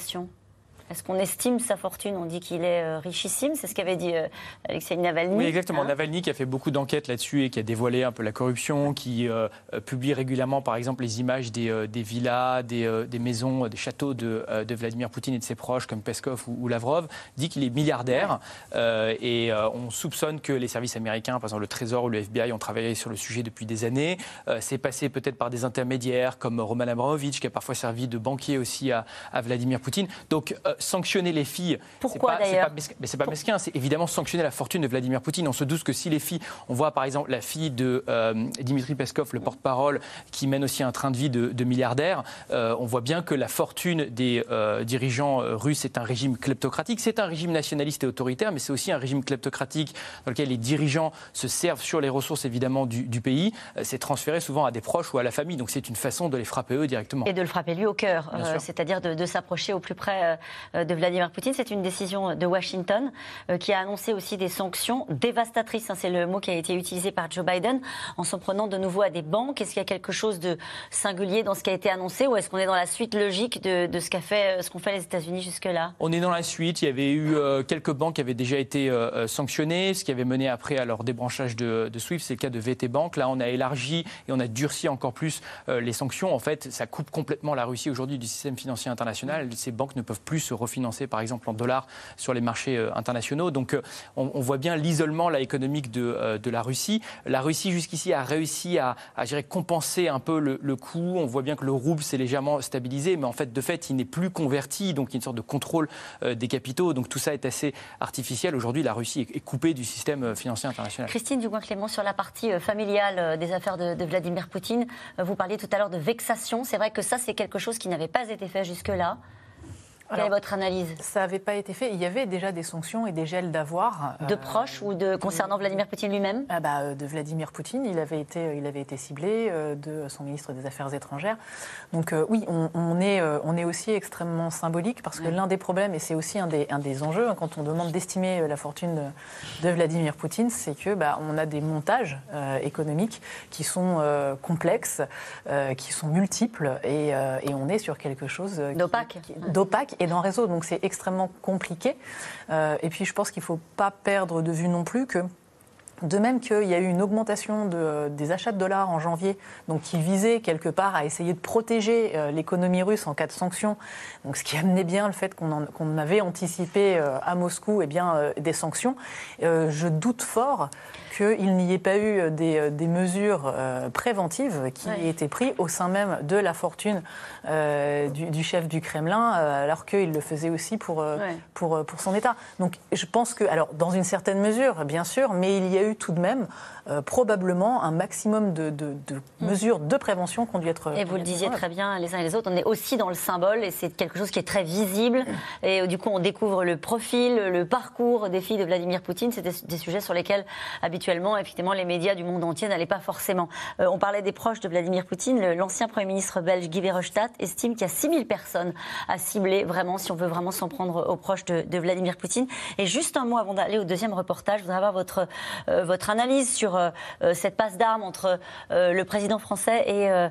Est-ce qu'on estime sa fortune? On dit qu'il est euh, richissime, c'est ce qu'avait dit euh, Alexei Navalny. Oui, exactement. Hein, Navalny qui a fait beaucoup d'enquêtes là-dessus et qui a dévoilé un peu la corruption, qui euh, publie régulièrement, par exemple, les images des, euh, des villas, des, euh, des maisons, des châteaux de, euh, de Vladimir Poutine et de ses proches, comme Peskov ou, ou Lavrov, dit qu'il est milliardaire. Euh, et euh, on soupçonne que les services américains, par exemple le Trésor ou le F B I, ont travaillé sur le sujet depuis des années. Euh, c'est passé peut-être par des intermédiaires comme Roman Abramovich, qui a parfois servi de banquier aussi à, à Vladimir Poutine. Donc, euh, sanctionner les filles, pourquoi c'est d'ailleurs pas, c'est pas, mais c'est pas mesquin, c'est évidemment sanctionner la fortune de Vladimir Poutine. On se doute que si les filles, on voit par exemple la fille de euh, Dimitri Peskov, le porte-parole, qui mène aussi un train de vie de, de milliardaire, euh, on voit bien que la fortune des euh, dirigeants russes est un régime kleptocratique. C'est un régime nationaliste et autoritaire, mais c'est aussi un régime kleptocratique dans lequel les dirigeants se servent sur les ressources évidemment du, du pays. C'est transféré souvent à des proches ou à la famille, donc c'est une façon de les frapper eux directement. Et de le frapper lui au cœur, euh, c'est-à-dire de, de s'approcher au plus près euh, de Vladimir Poutine. C'est une décision de Washington euh, qui a annoncé aussi des sanctions dévastatrices. Hein, c'est le mot qui a été utilisé par Joe Biden en s'en prenant de nouveau à des banques. Est-ce qu'il y a quelque chose de singulier dans ce qui a été annoncé ou est-ce qu'on est dans la suite logique de, de ce qu'a fait, ce qu'ont fait les États-Unis jusque-là? On est dans la suite. Il y avait eu euh, quelques banques qui avaient déjà été euh, sanctionnées, ce qui avait mené après à leur débranchage de, de SWIFT. C'est le cas de V T Bank. Là, on a élargi et on a durci encore plus euh, les sanctions. En fait, ça coupe complètement la Russie aujourd'hui du système financier international. Ces banques ne peuvent plus se refinancer, par exemple, en dollars sur les marchés euh, internationaux. Donc, euh, on, on voit bien l'isolement là, économique de, euh, de la Russie. La Russie, jusqu'ici, a réussi à, à je dirais, compenser un peu le, le coût. On voit bien que le rouble s'est légèrement stabilisé, mais en fait, de fait, il n'est plus converti. Donc, il y a une sorte de contrôle euh, des capitaux. Donc, tout ça est assez artificiel. Aujourd'hui, la Russie est, est coupée du système financier international. Christine Dugouin-Clément, sur la partie euh, familiale euh, des affaires de, de Vladimir Poutine, euh, vous parliez tout à l'heure de vexation. C'est vrai que ça, c'est quelque chose qui n'avait pas été fait jusque-là. Quelle Alors, est votre analyse? Ça n'avait pas été fait. Il y avait déjà des sanctions et des gels d'avoirs. De euh, proches ou de, concernant de, Vladimir Poutine lui-même? ah bah, De Vladimir Poutine, il avait été, il avait été ciblé, euh, de son ministre des Affaires étrangères. Donc euh, oui, on, on, est, euh, on est aussi extrêmement symbolique parce que ouais. l'un des problèmes, et c'est aussi un des, un des enjeux, hein, quand on demande d'estimer la fortune de, de Vladimir Poutine, c'est que bah, on a des montages euh, économiques qui sont euh, complexes, euh, qui sont multiples et, euh, et on est sur quelque chose d'opaque. d'opaque. Et dans le réseau, donc c'est extrêmement compliqué. Euh, et puis je pense qu'il ne faut pas perdre de vue non plus que, de même qu'il y a eu une augmentation de, des achats de dollars en janvier, donc qui visait quelque part à essayer de protéger euh, l'économie russe en cas de sanctions, donc ce qui amenait bien le fait qu'on, en, qu'on avait anticipé euh, à Moscou eh bien, euh, des sanctions. Euh, je doute fort qu'il n'y ait pas eu des, des mesures euh, préventives qui ouais. aient été prises au sein même de la fortune euh, du, du chef du Kremlin, euh, alors qu'il le faisait aussi pour, euh, ouais. pour, pour son État. Donc je pense que, alors dans une certaine mesure, bien sûr, mais il y a eu tout de même euh, probablement un maximum de, de, de mmh. mesures de prévention qui ont dû être... Et vous le disiez très bien les uns et les autres, on est aussi dans le symbole et c'est quelque chose qui est très visible. Mmh. Et du coup, on découvre le profil, le parcours des filles de Vladimir Poutine. C'est des, des sujets sur lesquels habituellement, effectivement, les médias du monde entier n'allaient pas forcément. Euh, on parlait des proches de Vladimir Poutine. Le, l'ancien Premier ministre belge Guy Verhofstadt estime qu'il y a six mille personnes à cibler, vraiment, si on veut vraiment s'en prendre aux proches de, de Vladimir Poutine. Et juste un mot avant d'aller au deuxième reportage, je voudrais avoir votre, euh, votre analyse sur euh, cette passe d'armes entre euh, le président français et euh,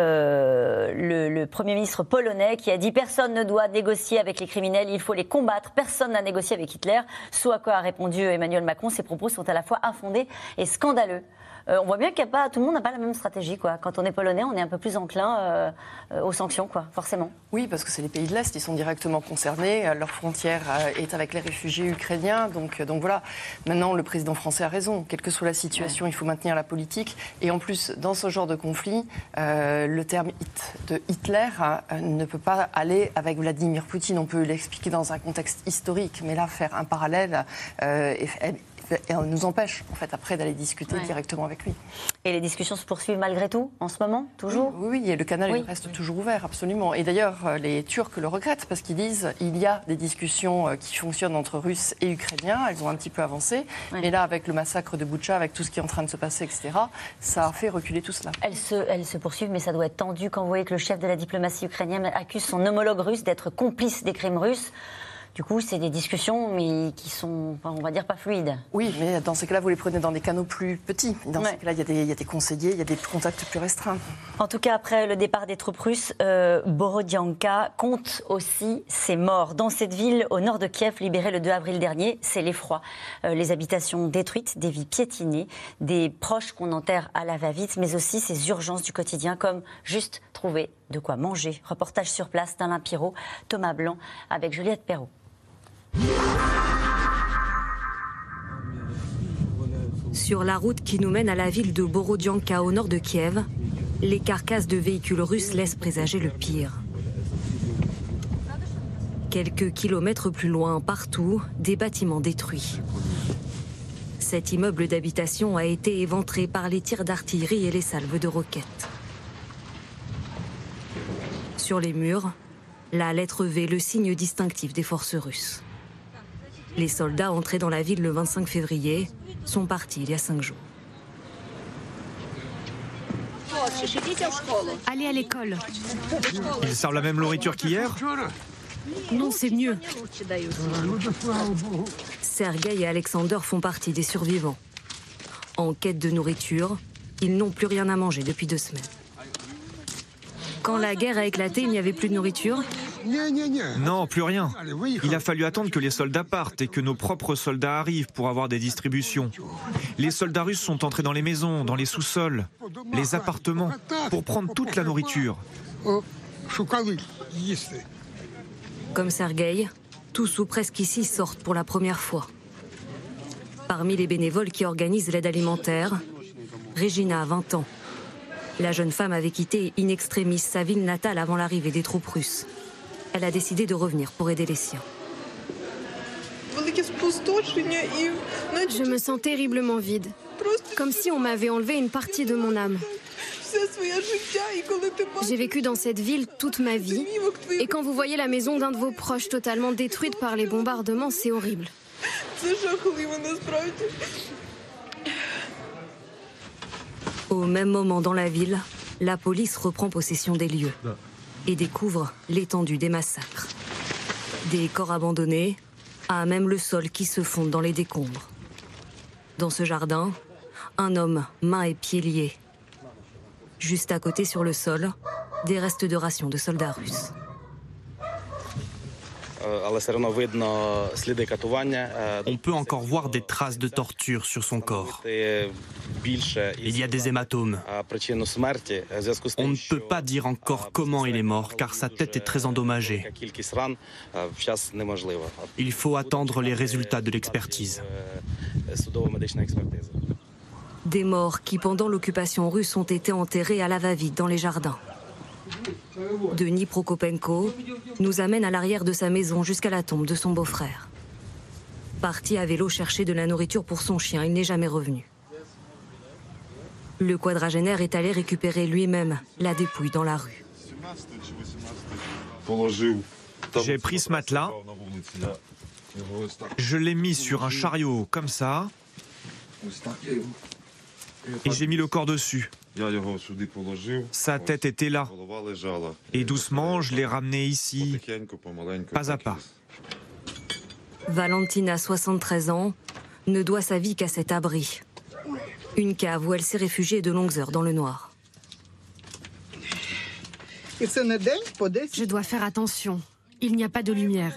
euh, le, le Premier ministre polonais qui a dit « Personne ne doit négocier avec les criminels, il faut les combattre, personne n'a négocié avec Hitler », ce à quoi a répondu Emmanuel Macron. Ces propos sont à la fois infondés et scandaleux. Euh, on voit bien qu'il y a pas, tout le monde n'a pas la même stratégie, quoi. Quand on est polonais, on est un peu plus enclin euh, euh, aux sanctions, quoi, forcément. Oui, parce que c'est les pays de l'Est, ils sont directement concernés. Leur frontière euh, est avec les réfugiés ukrainiens. Donc, donc voilà, maintenant le président français a raison. Quelle que soit la situation, ouais. il faut maintenir la politique. Et en plus, dans ce genre de conflit, euh, le terme hit de Hitler euh, ne peut pas aller avec Vladimir Poutine. On peut l'expliquer dans un contexte historique, mais là, faire un parallèle euh, est, est, et on nous empêche, en fait, après d'aller discuter ouais. directement avec lui. Et les discussions se poursuivent malgré tout, en ce moment, toujours ? Oui, oui, et le canal oui. reste oui. toujours ouvert, absolument. Et d'ailleurs, les Turcs le regrettent, parce qu'ils disent qu'il y a des discussions qui fonctionnent entre Russes et Ukrainiens, elles ont un petit peu avancé, oui. mais là, avec le massacre de Boutcha, avec tout ce qui est en train de se passer, et cetera, ça a fait reculer tout cela. Elles se, elles se poursuivent, mais ça doit être tendu quand vous voyez que le chef de la diplomatie ukrainienne accuse son homologue russe d'être complice des crimes russes. Du coup, c'est des discussions, mais qui sont, on va dire, pas fluides. Oui, mais dans ces cas-là, vous les prenez dans des canaux plus petits. Dans ouais. ces cas-là, il y, y a des conseillers, il y a des contacts plus restreints. En tout cas, après le départ des troupes russes, euh, Borodianka compte aussi ses morts. Dans cette ville, au nord de Kiev, libérée le deux avril dernier, c'est l'effroi. Euh, les habitations détruites, des vies piétinées, des proches qu'on enterre à la va-vite, mais aussi ces urgences du quotidien, comme juste trouver de quoi manger. Reportage sur place d'Alain Pirot, Thomas Blanc, avec Juliette Perrault. Sur la route qui nous mène à la ville de Borodianka au nord de Kiev, les carcasses de véhicules russes laissent présager le pire. Quelques kilomètres plus loin, partout, des bâtiments détruits. Cet immeuble d'habitation a été éventré par les tirs d'artillerie et les salves de roquettes. Sur les murs, la lettre V, le signe distinctif des forces russes. Les soldats entrés dans la ville le vingt-cinq février sont partis il y a cinq jours. Allez à l'école. Ils servent la même nourriture qu'hier ? Non, c'est mieux. Sergueï et Alexander font partie des survivants. En quête de nourriture, ils n'ont plus rien à manger depuis deux semaines. Quand la guerre a éclaté, il n'y avait plus de nourriture ? Non, plus rien. Il a fallu attendre que les soldats partent et que nos propres soldats arrivent pour avoir des distributions. Les soldats russes sont entrés dans les maisons, dans les sous-sols, les appartements, pour prendre toute la nourriture. Comme Sergueï, tous ou presque ici sortent pour la première fois. Parmi les bénévoles qui organisent l'aide alimentaire, Regina a vingt ans. La jeune femme avait quitté in extremis sa ville natale avant l'arrivée des troupes russes. Elle a décidé de revenir pour aider les siens. Je me sens terriblement vide, comme si on m'avait enlevé une partie de mon âme. J'ai vécu dans cette ville toute ma vie, et quand vous voyez la maison d'un de vos proches totalement détruite par les bombardements, c'est horrible. Au même moment dans la ville, la police reprend possession des lieux et découvre l'étendue des massacres. Des corps abandonnés, à même le sol qui se fonde dans les décombres. Dans ce jardin, un homme, mains et pieds liés. Juste à côté sur le sol, des restes de rations de soldats russes. On peut encore voir des traces de torture sur son corps. Il y a des hématomes. On ne peut pas dire encore comment il est mort, car sa tête est très endommagée. Il faut attendre les résultats de l'expertise. Des morts qui, pendant l'occupation russe, ont été enterrés à la va-vite dans les jardins. Denis Prokopenko nous amène à l'arrière de sa maison jusqu'à la tombe de son beau-frère. Parti à vélo chercher de la nourriture pour son chien, il n'est jamais revenu. Le quadragénaire est allé récupérer lui-même la dépouille dans la rue. J'ai pris ce matelas, je l'ai mis sur un chariot comme ça, et j'ai mis le corps dessus. Sa tête était là. Et doucement, je l'ai ramené ici, pas à pas. Valentina, soixante-treize ans, ne doit sa vie qu'à cet abri. Une cave où elle s'est réfugiée de longues heures dans le noir. Je dois faire attention. Il n'y a pas de lumière.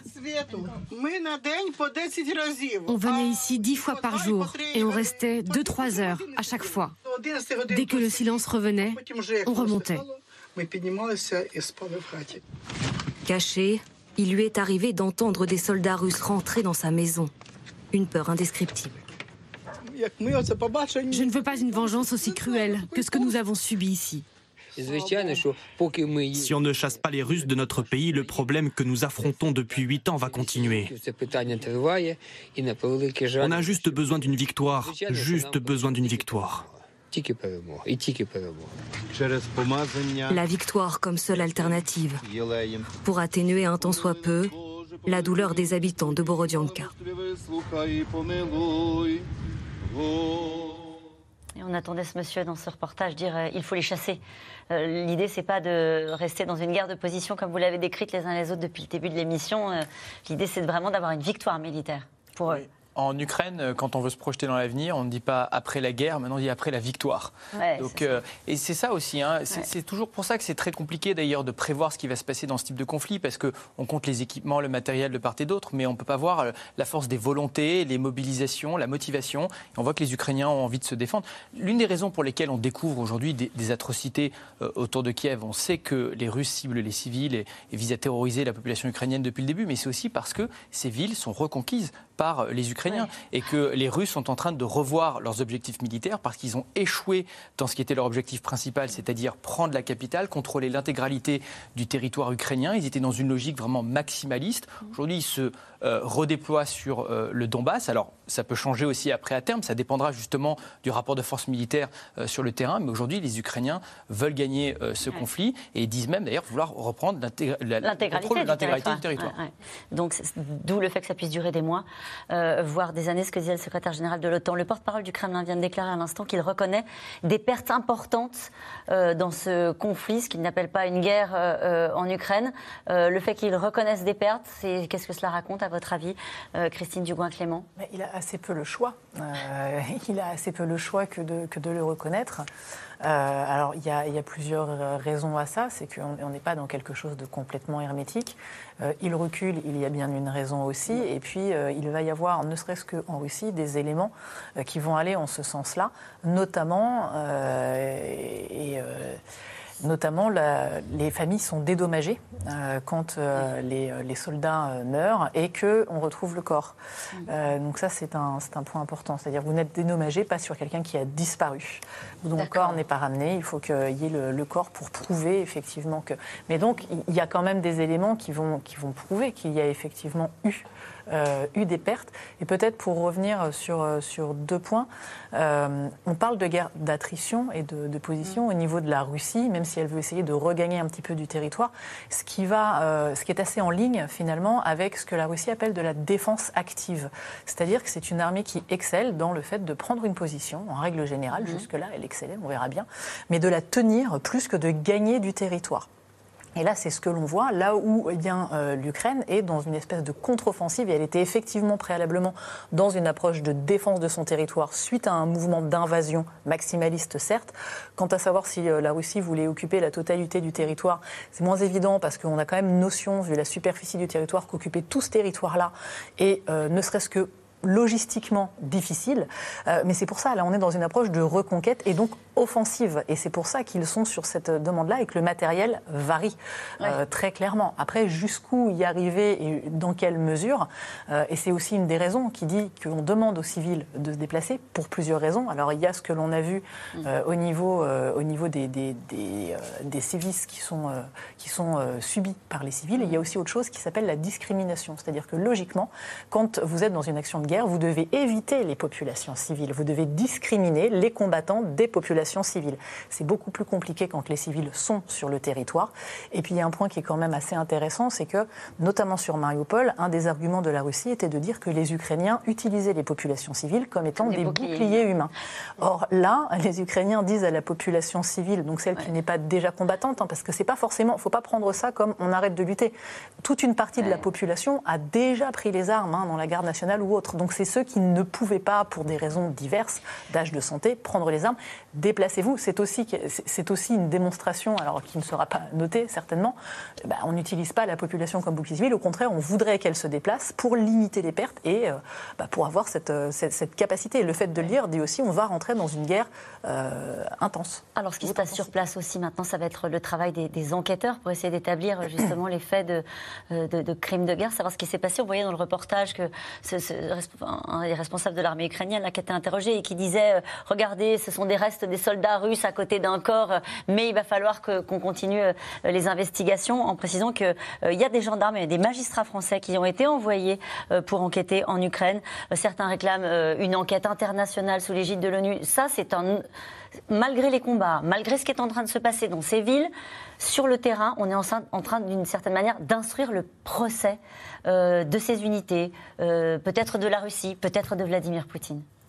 On venait ici dix fois par jour et on restait deux trois heures à chaque fois. Dès que le silence revenait, on remontait. Caché, il lui est arrivé d'entendre des soldats russes rentrer dans sa maison. Une peur indescriptible. Je ne veux pas une vengeance aussi cruelle que ce que nous avons subi ici. Si on ne chasse pas les Russes de notre pays, le problème que nous affrontons depuis huit ans va continuer. On a juste besoin d'une victoire, juste besoin d'une victoire. La victoire comme seule alternative, pour atténuer un tant soit peu la douleur des habitants de Borodianka. Et on attendait ce monsieur dans ce reportage dire euh, il faut les chasser. Euh, l'idée, c'est pas de rester dans une guerre de position comme vous l'avez décrite les uns les autres depuis le début de l'émission. Euh, l'idée, c'est vraiment d'avoir une victoire militaire pour eux. Oui. En Ukraine, quand on veut se projeter dans l'avenir, on ne dit pas après la guerre, maintenant on dit après la victoire. Ouais, Donc, c'est euh, et c'est ça aussi. Hein, c'est, ouais. c'est toujours pour ça que c'est très compliqué d'ailleurs de prévoir ce qui va se passer dans ce type de conflit, parce qu'on compte les équipements, le matériel de part et d'autre, mais on ne peut pas voir la force des volontés, les mobilisations, la motivation. Et on voit que les Ukrainiens ont envie de se défendre. L'une des raisons pour lesquelles on découvre aujourd'hui des, des atrocités euh, autour de Kiev, on sait que les Russes ciblent les civils et, et visent à terroriser la population ukrainienne depuis le début, mais c'est aussi parce que ces villes sont reconquises par les Ukrainiens, ouais. et que les Russes sont en train de revoir leurs objectifs militaires parce qu'ils ont échoué dans ce qui était leur objectif principal, c'est-à-dire prendre la capitale, contrôler l'intégralité du territoire ukrainien. Ils étaient dans une logique vraiment maximaliste. Aujourd'hui, ils se euh, redéploient sur euh, le Donbass. Alors, ça peut changer aussi après à terme. Ça dépendra justement du rapport de force militaire euh, sur le terrain. Mais aujourd'hui, les Ukrainiens veulent gagner euh, ce ouais. conflit et disent même d'ailleurs vouloir reprendre l'intég- la, l'intégralité, du, l'intégralité territoire. du territoire. Ouais, ouais. Donc, d'où le fait que ça puisse durer des mois. Euh, voire des années, ce que disait le secrétaire général de l'OTAN. Le porte-parole du Kremlin vient de déclarer à l'instant qu'il reconnaît des pertes importantes euh, dans ce conflit, ce qu'il n'appelle pas une guerre euh, en Ukraine. Euh, le fait qu'il reconnaisse des pertes, c'est, qu'est-ce que cela raconte à votre avis, euh, Christine Dugouin-Clément ? Il a assez peu le choix. Euh, il a assez peu le choix que de, que de le reconnaître. Euh, alors, il y, a, il y a plusieurs raisons à ça. C'est qu'on n'est pas dans quelque chose de complètement hermétique. Euh, il recule, il y a bien une raison aussi. Et puis, euh, il va y avoir, ne serait-ce qu'en Russie, des éléments euh, qui vont aller en ce sens-là, notamment... Euh, et, euh, Notamment, la, les familles sont dédommagées euh, quand euh, les, les soldats euh, meurent et qu'on retrouve le corps. Euh, donc ça, c'est un, c'est un point important. C'est-à-dire que vous n'êtes dédommagé pas sur quelqu'un qui a disparu, dont D'accord. le corps n'est pas ramené. Il faut qu'il y ait le, le corps pour prouver effectivement que... Mais donc, il y a quand même des éléments qui vont, qui vont prouver qu'il y a effectivement eu... Euh, eu des pertes. Et peut-être pour revenir sur, sur deux points, euh, on parle de guerre d'attrition et de, de position au niveau de la Russie, même si elle veut essayer de regagner un petit peu du territoire, ce qui, va, euh, ce qui est assez en ligne finalement avec ce que la Russie appelle de la défense active. C'est-à-dire que c'est une armée qui excelle dans le fait de prendre une position, en règle générale, mmh. jusque-là elle excellait, on verra bien, mais de la tenir plus que de gagner du territoire. Et là, c'est ce que l'on voit, là où eh bien, euh, l'Ukraine est dans une espèce de contre-offensive, et elle était effectivement préalablement dans une approche de défense de son territoire suite à un mouvement d'invasion maximaliste, certes. Quant à savoir si euh, la Russie voulait occuper la totalité du territoire, c'est moins évident parce qu'on a quand même notion, vu la superficie du territoire, qu'occuper tout ce territoire-là, et euh, ne serait-ce que logistiquement difficile, euh, mais c'est pour ça, là on est dans une approche de reconquête et donc offensive, et c'est pour ça qu'ils sont sur cette demande-là et que le matériel varie euh, ouais. très clairement. Après, jusqu'où y arriver et dans quelle mesure, euh, et c'est aussi une des raisons qui dit qu'on demande aux civils de se déplacer pour plusieurs raisons. Alors il y a ce que l'on a vu euh, au niveau, euh, au niveau des, des, des, euh, des sévices qui sont, euh, qui sont euh, subis par les civils, et il y a aussi autre chose qui s'appelle la discrimination, c'est-à-dire que logiquement, quand vous êtes dans une action de guerre, vous devez éviter les populations civiles, vous devez discriminer les combattants des populations civiles. C'est beaucoup plus compliqué quand les civils sont sur le territoire. Et puis il y a un point qui est quand même assez intéressant, c'est que, notamment sur Mariupol, un des arguments de la Russie était de dire que les Ukrainiens utilisaient les populations civiles comme étant des, des boucliers. boucliers humains. Or là, les Ukrainiens disent à la population civile, donc celle ouais. qui n'est pas déjà combattante, hein, parce que c'est pas forcément, faut pas prendre ça comme on arrête de lutter. Toute une partie ouais. de la population a déjà pris les armes hein, dans la garde nationale ou autre. Donc c'est ceux qui ne pouvaient pas, pour des raisons diverses, d'âge de santé, prendre les armes. Déplacez-vous. C'est aussi, c'est aussi une démonstration, alors qui ne sera pas notée certainement. Ben, on n'utilise pas la population comme bouclier civil. Au contraire, on voudrait qu'elle se déplace pour limiter les pertes et euh, ben, pour avoir cette, cette, cette capacité. Le fait de le lire dit aussi on va rentrer dans une guerre euh, intense. Alors ce qui se passe sur place aussi maintenant, ça va être le travail des, des enquêteurs pour essayer d'établir justement les faits de, de, de crimes de guerre, savoir ce qui s'est passé. On voyait dans le reportage que ce, ce, un des responsables de l'armée ukrainienne là, qui était interrogé et qui disait euh, regardez, ce sont des restes des soldats russes à côté d'un corps, euh, mais il va falloir que, qu'on continue euh, les investigations, en précisant qu'il euh, y a des gendarmes et des magistrats français qui ont été envoyés euh, pour enquêter en Ukraine. Euh, certains réclament euh, une enquête internationale sous l'égide de l'ONU. Ça, c'est un... Malgré les combats, malgré ce qui est en train de se passer dans ces villes, sur le terrain, on est en, en train, d'une certaine manière, d'instruire le procès euh, de ces unités, euh, peut-être de la Russie, peut-être de Vladimir Poutine.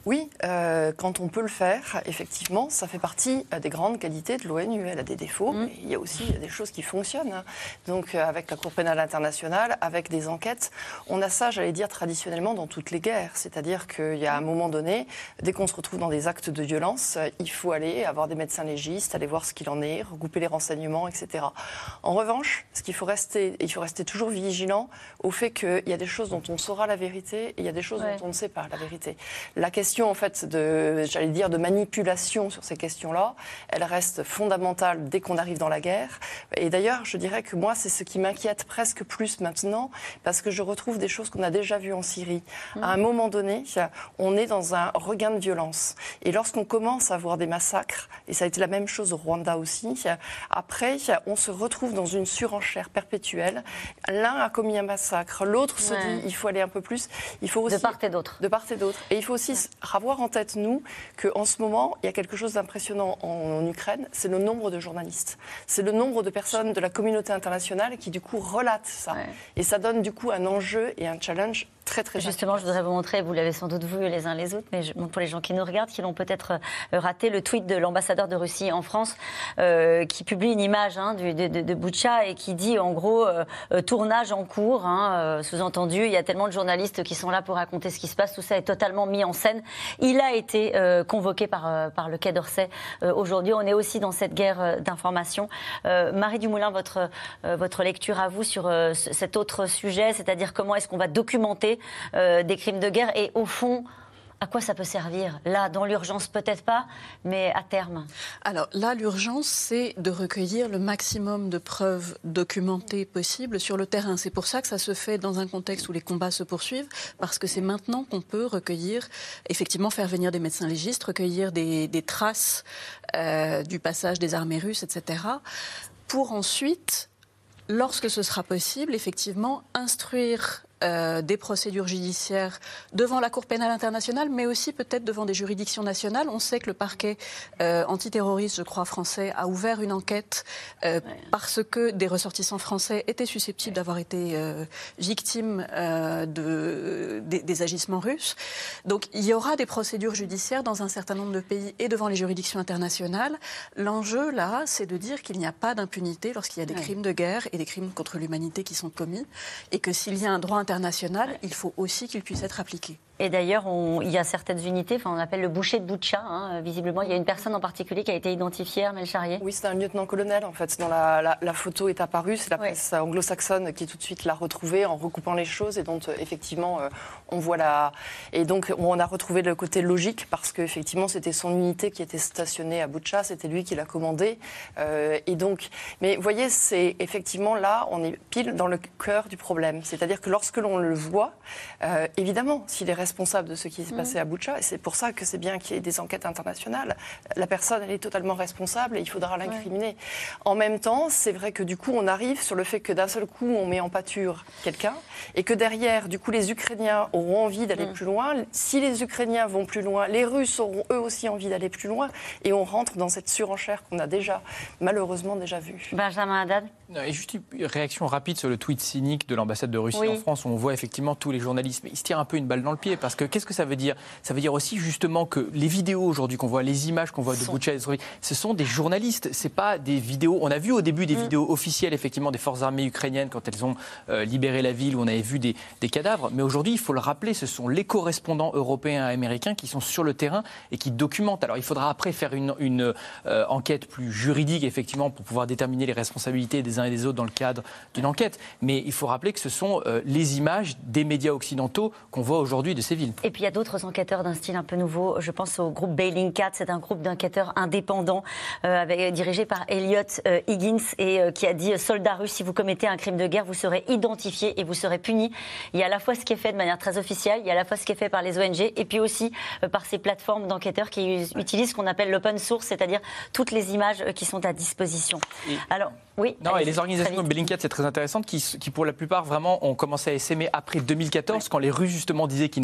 Oui, euh, quand on peut le faire, effectivement, ça fait partie des grandes qualités de l'ONU. Elle a des défauts, mmh. mais il y a aussi des choses qui fonctionnent. Donc, euh, avec la Cour pénale internationale, avec des enquêtes, on a ça, j'allais dire, traditionnellement dans toutes les guerres. C'est-à-dire qu'il y a un moment donné, dès qu'on se retrouve dans des actes de violence, il faut aller avoir des médecins légistes, aller voir ce qu'il en est, regrouper les renseignements, et cetera. En revanche, ce qu'il faut rester, il faut rester toujours vigilant au fait qu'il y a des choses dont on saura la vérité et il y a des choses ouais. dont on ne sait pas la vérité. La question en fait de, j'allais dire, de manipulation sur ces questions-là, elle reste fondamentale dès qu'on arrive dans la guerre. Et d'ailleurs, je dirais que moi, c'est ce qui m'inquiète presque plus maintenant, parce que je retrouve des choses qu'on a déjà vues en Syrie. Mmh. À un moment donné, on est dans un regain de violence. Et lorsqu'on commence à voir des massacres, et ça a été la même chose au Rwanda aussi, après, on se retrouve dans une surenchère perpétuelle. L'un a commis un massacre, l'autre ouais. se dit, il faut aller un peu plus. Il faut aussi, de part et d'autre. De part et d'autre. Et il faut aussi... Ouais. avoir en tête, nous, qu'en ce moment, il y a quelque chose d'impressionnant en, en Ukraine, c'est le nombre de journalistes. C'est le nombre de personnes de la communauté internationale qui, du coup, relatent ça. Ouais. Et ça donne, du coup, un enjeu et un challenge très, très Justement, je voudrais vous montrer, vous l'avez sans doute vu les uns les autres, mais je, pour les gens qui nous regardent, qui l'ont peut-être raté, le tweet de l'ambassadeur de Russie en France, euh, qui publie une image hein, du, de, de, de Boutcha et qui dit, en gros, euh, tournage en cours, hein, euh, sous-entendu, il y a tellement de journalistes qui sont là pour raconter ce qui se passe, tout ça est totalement mis en scène. Il a été euh, convoqué par, euh, par le Quai d'Orsay euh, aujourd'hui. On est aussi dans cette guerre euh, d'information. Euh, Marie Dumoulin, votre, euh, votre lecture à vous sur euh, cet autre sujet, c'est-à-dire comment est-ce qu'on va documenter euh, des crimes de guerre et au fond, à quoi ça peut servir? Là, dans l'urgence, peut-être pas, mais à terme. Alors là, l'urgence, c'est de recueillir le maximum de preuves documentées possibles sur le terrain. C'est pour ça que ça se fait dans un contexte où les combats se poursuivent, parce que c'est maintenant qu'on peut recueillir, effectivement, faire venir des médecins légistes, recueillir des, des traces euh, du passage des armées russes, et cetera, pour ensuite, lorsque ce sera possible, effectivement, instruire Euh, des procédures judiciaires devant la Cour pénale internationale, mais aussi peut-être devant des juridictions nationales. On sait que le parquet euh, antiterroriste, je crois, français, a ouvert une enquête euh, ouais. parce que des ressortissants français étaient susceptibles d'avoir été euh, victimes euh, de, des, des agissements russes. Donc il y aura des procédures judiciaires dans un certain nombre de pays et devant les juridictions internationales. L'enjeu, là, c'est de dire qu'il n'y a pas d'impunité lorsqu'il y a des ouais. crimes de guerre et des crimes contre l'humanité qui sont commis, et que s'il y a un droit international international, il faut aussi qu'il puisse être appliqué. Et d'ailleurs, on, il y a certaines unités, enfin, on appelle le boucher de Boutcha, hein, visiblement. Il y a une personne en particulier qui a été identifiée, Armelle Charrier. Oui, c'est un lieutenant-colonel, en fait. Dans la, la, la photo est apparue, c'est la presse oui. anglo-saxonne qui tout de suite l'a retrouvé en recoupant les choses. Et donc, effectivement, euh, on voit la... Et donc, on a retrouvé le côté logique, parce qu'effectivement, c'était son unité qui était stationnée à Boutcha, c'était lui qui l'a commandé. Euh, et donc... Mais vous voyez, c'est effectivement là, on est pile dans le cœur du problème. C'est-à-dire que lorsque l'on le voit, euh, évidemment, s'il est responsable de ce qui s'est passé à Boutcha, et c'est pour ça que c'est bien qu'il y ait des enquêtes internationales. La personne, elle est totalement responsable et il faudra l'incriminer. Ouais. En même temps, c'est vrai que du coup, on arrive sur le fait que d'un seul coup, on met en pâture quelqu'un et que derrière, du coup, les Ukrainiens auront envie d'aller mmh. plus loin. Si les Ukrainiens vont plus loin, les Russes auront eux aussi envie d'aller plus loin et on rentre dans cette surenchère qu'on a déjà, malheureusement, déjà vue. Benjamin Haddad. Et juste une réaction rapide sur le tweet cynique de l'ambassade de Russie oui. en France, où on voit effectivement tous les journalistes. Mais il se tire un peu une balle dans le pied, parce que qu'est-ce que ça veut dire? Ça veut dire aussi justement que les vidéos aujourd'hui qu'on voit, les images qu'on voit de Boutcha, ce sont des journalistes, c'est pas des vidéos. On a vu au début des mmh. vidéos officielles effectivement des forces armées ukrainiennes quand elles ont euh, libéré la ville, où on avait vu des, des cadavres. Mais aujourd'hui, il faut le rappeler, ce sont les correspondants européens et américains qui sont sur le terrain et qui documentent. Alors il faudra après faire une, une euh, enquête plus juridique effectivement pour pouvoir déterminer les responsabilités des uns et des autres dans le cadre d'une enquête. Mais il faut rappeler que ce sont euh, les images des médias occidentaux qu'on voit aujourd'hui de ces villes. Et puis il y a d'autres enquêteurs d'un style un peu nouveau. Je pense au groupe Bellingcat. C'est un groupe d'enquêteurs indépendants euh, avec, dirigé par Elliot euh, Higgins et euh, qui a dit « Soldats russes, si vous commettez un crime de guerre, vous serez identifiés et vous serez punis ». Il y a à la fois ce qui est fait de manière très officielle, il y a à la fois ce qui est fait par les O N G et puis aussi euh, par ces plateformes d'enquêteurs qui utilisent ce qu'on appelle l'open source, c'est-à-dire toutes les images euh, qui sont à disposition. Et... Alors, oui. Non, et les organisations comme Bellingcat, c'est très intéressant, qui, qui pour la plupart vraiment ont commencé à essaimer après deux mille quatorze, ouais. quand les Russes justement disaient qu'ils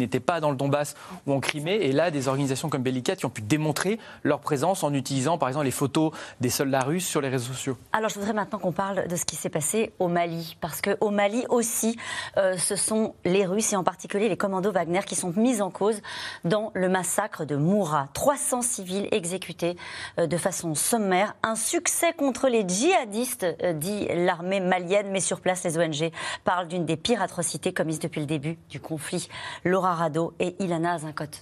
n'étaient pas dans le Donbass ou en Crimée. Et là, des organisations comme Bellingcat qui ont pu démontrer leur présence en utilisant, par exemple, les photos des soldats russes sur les réseaux sociaux. Alors, je voudrais maintenant qu'on parle de ce qui s'est passé au Mali. Parce qu'au Mali aussi, euh, ce sont les Russes et en particulier les commandos Wagner qui sont mis en cause dans le massacre de Moura. trois cents civils exécutés euh, de façon sommaire. Un succès contre les djihadistes, euh, dit l'armée malienne. Mais sur place, les O N G parlent d'une des pires atrocités commises depuis le début du conflit. Laura Rado et Ilana Azincote.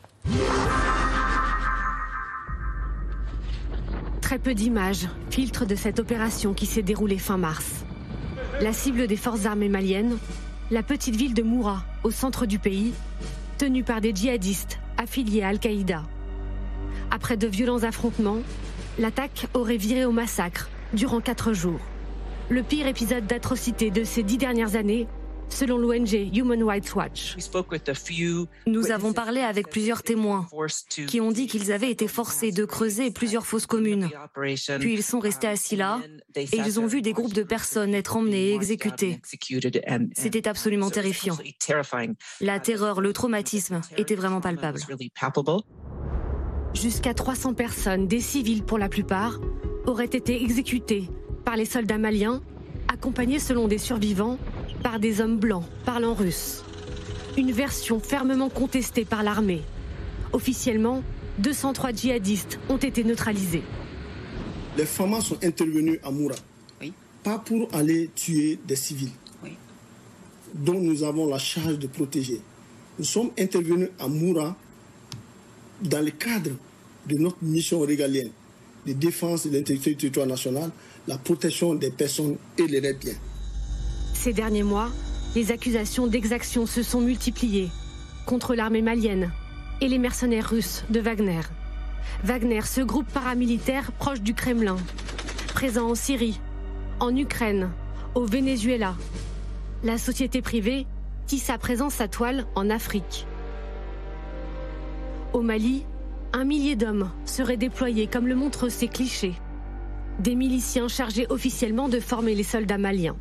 Très peu d'images filtrent de cette opération qui s'est déroulée fin mars. La cible des forces armées maliennes, la petite ville de Moura, au centre du pays, tenue par des djihadistes affiliés à Al-Qaïda. Après de violents affrontements, l'attaque aurait viré au massacre durant quatre jours. Le pire épisode d'atrocité de ces dix dernières années, selon l'O N G Human Rights Watch. Nous avons parlé avec plusieurs témoins qui ont dit qu'ils avaient été forcés de creuser plusieurs fosses communes. Puis ils sont restés assis là et ils ont vu des groupes de personnes être emmenées et exécutées. C'était absolument terrifiant. La terreur, le traumatisme étaient vraiment palpables. Jusqu'à trois cents personnes, des civils pour la plupart, auraient été exécutées par les soldats maliens, accompagnés selon des survivants par des hommes blancs parlant russe. Une version fermement contestée par l'armée. Officiellement, deux cent trois djihadistes ont été neutralisés. Les FAMA sont intervenus à Moura, oui. Pas pour aller tuer des civils, oui. Dont nous avons la charge de protéger. Nous sommes intervenus à Moura dans le cadre de notre mission régalienne de défense de l'intégrité du territoire national, la protection des personnes et les biens. Ces derniers mois, les accusations d'exaction se sont multipliées contre l'armée malienne et les mercenaires russes de Wagner. Wagner, ce groupe paramilitaire proche du Kremlin, présent en Syrie, en Ukraine, au Venezuela. La société privée tisse à présent sa toile en Afrique. Au Mali, un millier d'hommes seraient déployés comme le montrent ces clichés. Des miliciens chargés officiellement de former les soldats maliens.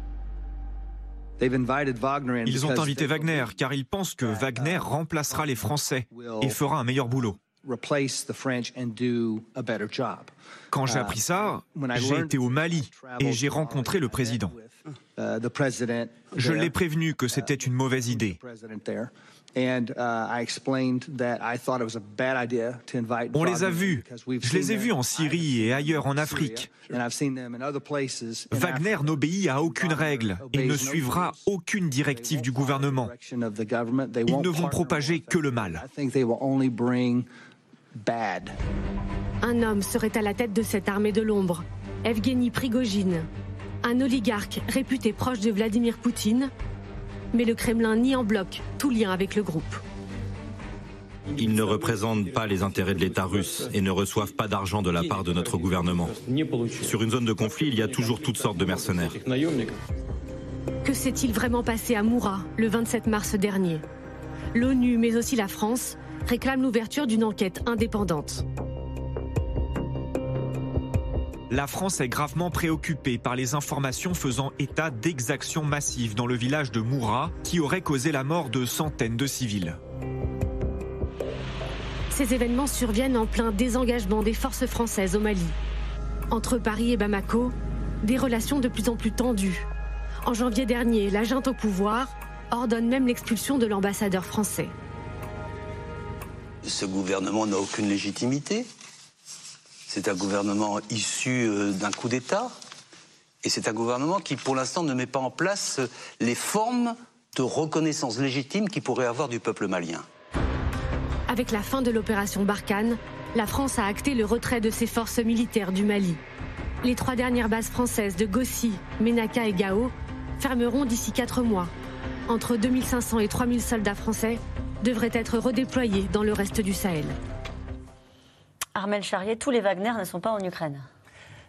Ils ont invité Wagner car ils pensent que Wagner remplacera les Français et fera un meilleur boulot. Quand j'ai appris ça, j'ai été au Mali et j'ai rencontré le président. Je l'ai prévenu que c'était une mauvaise idée. On les a vus. Je les ai vus en Syrie et ailleurs en Afrique. Wagner n'obéit à aucune règle et ne suivra aucune directive du gouvernement. Ils ne vont propager que le mal. Un homme serait à la tête de cette armée de l'ombre, Evgeny Prigojine, un oligarque réputé proche de Vladimir Poutine, mais le Kremlin nie en bloc tout lien avec le groupe. Ils ne représentent pas les intérêts de l'État russe et ne reçoivent pas d'argent de la part de notre gouvernement. Sur une zone de conflit, il y a toujours toutes sortes de mercenaires. Que s'est-il vraiment passé à Moura le vingt-sept mars dernier? L'ONU, mais aussi la France, réclament l'ouverture d'une enquête indépendante. La France est gravement préoccupée par les informations faisant état d'exactions massives dans le village de Moura qui auraient causé la mort de centaines de civils. Ces événements surviennent en plein désengagement des forces françaises au Mali. Entre Paris et Bamako, des relations de plus en plus tendues. En janvier dernier, la junte au pouvoir ordonne même l'expulsion de l'ambassadeur français. Ce gouvernement n'a aucune légitimité. C'est un gouvernement issu d'un coup d'État. Et c'est un gouvernement qui, pour l'instant, ne met pas en place les formes de reconnaissance légitime qu'il pourrait avoir du peuple malien. Avec la fin de l'opération Barkhane, la France a acté le retrait de ses forces militaires du Mali. Les trois dernières bases françaises de Gossi, Ménaka et Gao fermeront d'ici quatre mois. Entre deux mille cinq cents et trois mille soldats français devraient être redéployés dans le reste du Sahel. Armel Charrier, tous les Wagner ne sont pas en Ukraine.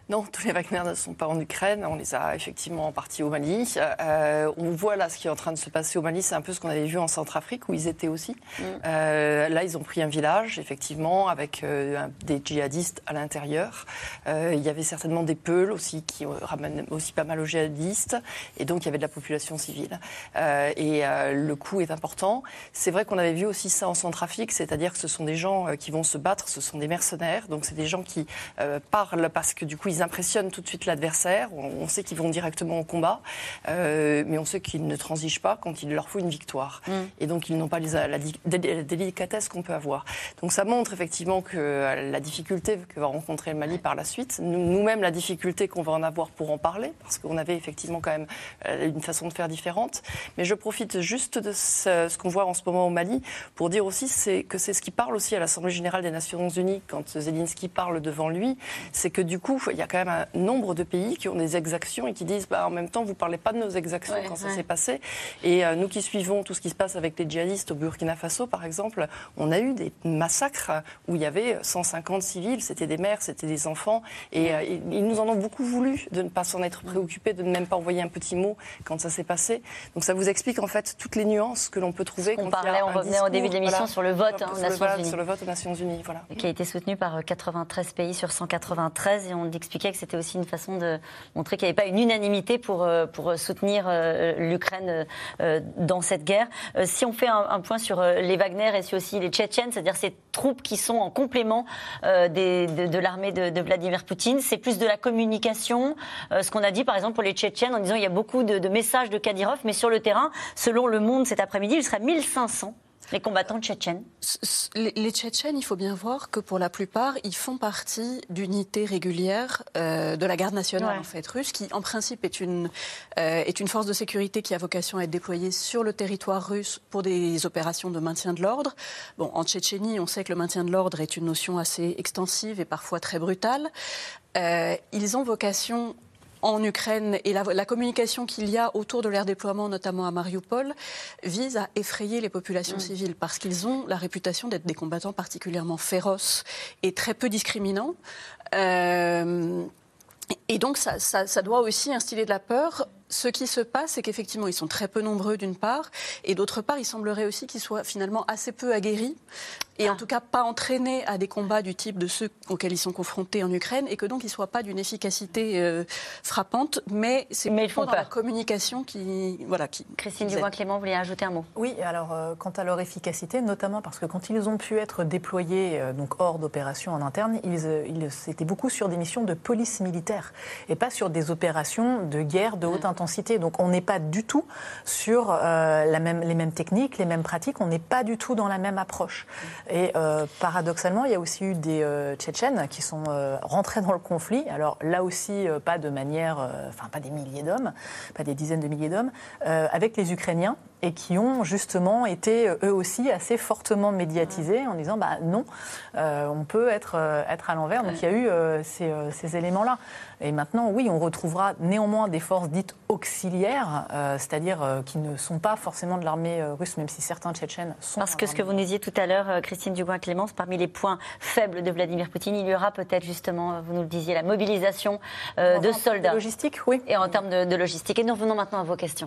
Non, tous les Wagner ne sont pas en Ukraine. On les a effectivement en partie au Mali. Euh, on voit là ce qui est en train de se passer au Mali. C'est un peu ce qu'on avait vu en Centrafrique où ils étaient aussi. Mm. Euh, là, ils ont pris un village, effectivement, avec euh, des djihadistes à l'intérieur. Euh, il y avait certainement des Peuls aussi qui ramènent aussi pas mal aux djihadistes. Et donc, il y avait de la population civile. Euh, et euh, le coût est important. C'est vrai qu'on avait vu aussi ça en Centrafrique, c'est-à-dire que ce sont des gens euh, qui vont se battre, ce sont des mercenaires. Donc, c'est des gens qui euh, parlent parce que du coup, ils impressionnent tout de suite l'adversaire. On sait qu'ils vont directement au combat, euh, mais on sait qu'ils ne transigent pas quand il leur faut une victoire. Mm. Et donc, ils n'ont pas les, la, la, la délicatesse qu'on peut avoir. Donc, ça montre effectivement que la difficulté que va rencontrer le Mali par la suite, nous-mêmes, la difficulté qu'on va en avoir pour en parler, parce qu'on avait effectivement quand même une façon de faire différente. Mais je profite juste de ce, ce qu'on voit en ce moment au Mali pour dire aussi c'est, que c'est ce qui parle aussi à l'Assemblée générale des Nations unies quand Zelensky parle devant lui, c'est que du coup, il y a quand même un nombre de pays qui ont des exactions et qui disent bah, en même temps, vous ne parlez pas de nos exactions ouais, quand ça ouais. s'est passé. Et euh, nous qui suivons tout ce qui se passe avec les djihadistes au Burkina Faso, par exemple, on a eu des massacres où il y avait cent cinquante civils, c'était des mères, c'était des enfants. Et euh, ils nous en ont beaucoup voulu de ne pas s'en être préoccupés, de ne même pas envoyer un petit mot quand ça s'est passé. Donc ça vous explique en fait toutes les nuances que l'on peut trouver. On parlait, on revenait discours, au début de l'émission voilà, sur le vote hein, aux Nations voilà, Unies. Sur le vote aux Nations Unies, voilà. Qui a été soutenu par quatre-vingt-treize pays sur cent quatre-vingt-treize et on expliquait que c'était aussi une façon de montrer qu'il n'y avait pas une unanimité pour, pour soutenir l'Ukraine dans cette guerre. Si on fait un, un point sur les Wagner et sur aussi les Tchétchènes, c'est-à-dire ces troupes qui sont en complément des, de, de l'armée de, de Vladimir Poutine, c'est plus de la communication. Ce qu'on a dit par exemple pour les Tchétchènes en disant il y a beaucoup de, de messages de Kadyrov, mais sur le terrain, selon Le Monde cet après-midi, il serait mille cinq cents. Les combattants tchétchènes. Les, les Tchétchènes, il faut bien voir que pour la plupart, ils font partie d'unités régulières euh, de la garde nationale ouais. en fait, russe, qui en principe est une, euh, est une force de sécurité qui a vocation à être déployée sur le territoire russe pour des opérations de maintien de l'ordre. Bon, en Tchétchénie, on sait que le maintien de l'ordre est une notion assez extensive et parfois très brutale. Euh, ils ont vocation en Ukraine, et la, la communication qu'il y a autour de leur déploiement, notamment à Mariupol, vise à effrayer les populations mmh. civiles, parce qu'ils ont la réputation d'être des combattants particulièrement féroces et très peu discriminants. Euh, et donc ça, ça, ça doit aussi instiller de la peur. Ce qui se passe, c'est qu'effectivement, ils sont très peu nombreux d'une part, et d'autre part, il semblerait aussi qu'ils soient finalement assez peu aguerris, et ah. en tout cas pas entraînés à des combats du type de ceux auxquels ils sont confrontés en Ukraine, et que donc ils ne soient pas d'une efficacité euh, frappante, mais c'est mais plutôt dans peur. La communication qui... Voilà, qui Christine Dubois-Clément, vous voulez ajouter un mot ? Oui, alors euh, quant à leur efficacité, notamment parce que quand ils ont pu être déployés euh, donc hors d'opération en interne, ils, euh, ils, c'était beaucoup sur des missions de police militaire, et pas sur des opérations de guerre de haute intensité. Donc on n'est pas du tout sur euh, la même, les mêmes techniques, les mêmes pratiques, on n'est pas du tout dans la même approche. Et euh, paradoxalement, il y a aussi eu des euh, Tchétchènes qui sont euh, rentrés dans le conflit. Alors là aussi, euh, pas de manière, euh, enfin pas des milliers d'hommes, pas des dizaines de milliers d'hommes, euh, avec les Ukrainiens, et qui ont justement été eux aussi assez fortement médiatisés en disant bah non, euh, on peut être, euh, être à l'envers. Donc il y a eu euh, ces, euh, ces éléments-là. Et maintenant, oui, on retrouvera néanmoins des forces dites auxiliaires, euh, c'est-à-dire euh, qui ne sont pas forcément de l'armée euh, russe, même si certains Tchétchènes sont. Parce que ce que vous nous disiez tout à l'heure, Christine Dubois-Clémence, parmi les points faibles de Vladimir Poutine, il y aura peut-être justement, vous nous le disiez, la mobilisation euh, de soldats. De logistique, oui. Et en termes de, de logistique. Et nous revenons maintenant à vos questions.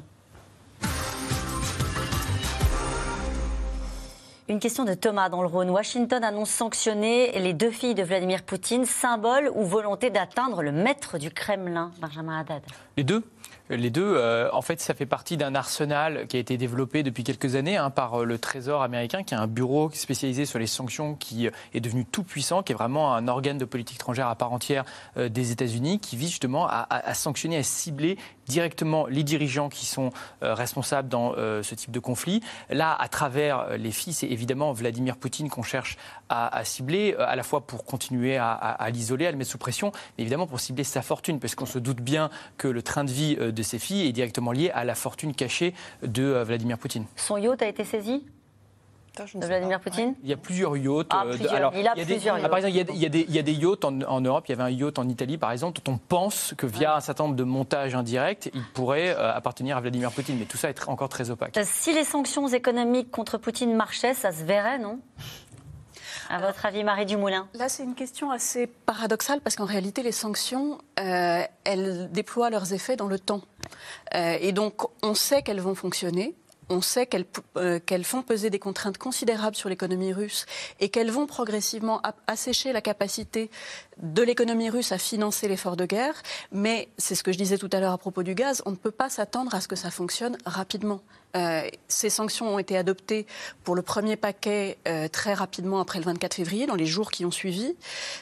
Une question de Thomas dans le Rhône. Washington annonce sanctionner les deux filles de Vladimir Poutine, symbole ou volonté d'atteindre le maître du Kremlin, Benjamin Haddad. Les deux. Les deux, euh, en fait, ça fait partie d'un arsenal qui a été développé depuis quelques années hein, par le Trésor américain, qui a un bureau spécialisé sur les sanctions, qui est devenu tout puissant, qui est vraiment un organe de politique étrangère à part entière euh, des États-Unis, qui vise justement à, à, à sanctionner, à cibler directement les dirigeants qui sont euh, responsables dans euh, ce type de conflit. Là, à travers les filles, c'est évidemment Vladimir Poutine qu'on cherche à, à cibler, à la fois pour continuer à, à, à l'isoler, à le mettre sous pression, mais évidemment pour cibler sa fortune, parce qu'on se doute bien que le train de vie de ces filles est directement lié à la fortune cachée de Vladimir Poutine. Son yacht a été saisi ? De Vladimir Poutine ? Il y a plusieurs yachts. Ah, plusieurs. Alors, il a, il y a plusieurs des, yachts. Par exemple, il y a, il y a, des, il y a des yachts en, en Europe. Il y avait un yacht en Italie, par exemple, dont on pense que via ouais. un certain nombre de montages indirects, il pourrait euh, appartenir à Vladimir Poutine. Mais tout ça est encore très opaque. Si les sanctions économiques contre Poutine marchaient, ça se verrait, non ? À votre avis, Marie Dumoulin? Là, c'est une question assez paradoxale parce qu'en réalité, les sanctions, euh, elles déploient leurs effets dans le temps. Euh, et donc, on sait qu'elles vont fonctionner. On sait qu'elles, euh, qu'elles font peser des contraintes considérables sur l'économie russe et qu'elles vont progressivement assécher la capacité de l'économie russe à financer l'effort de guerre. Mais c'est ce que je disais tout à l'heure à propos du gaz, on ne peut pas s'attendre à ce que ça fonctionne rapidement. Euh, ces sanctions ont été adoptées pour le premier paquet euh, très rapidement après le vingt-quatre février, dans les jours qui ont suivi.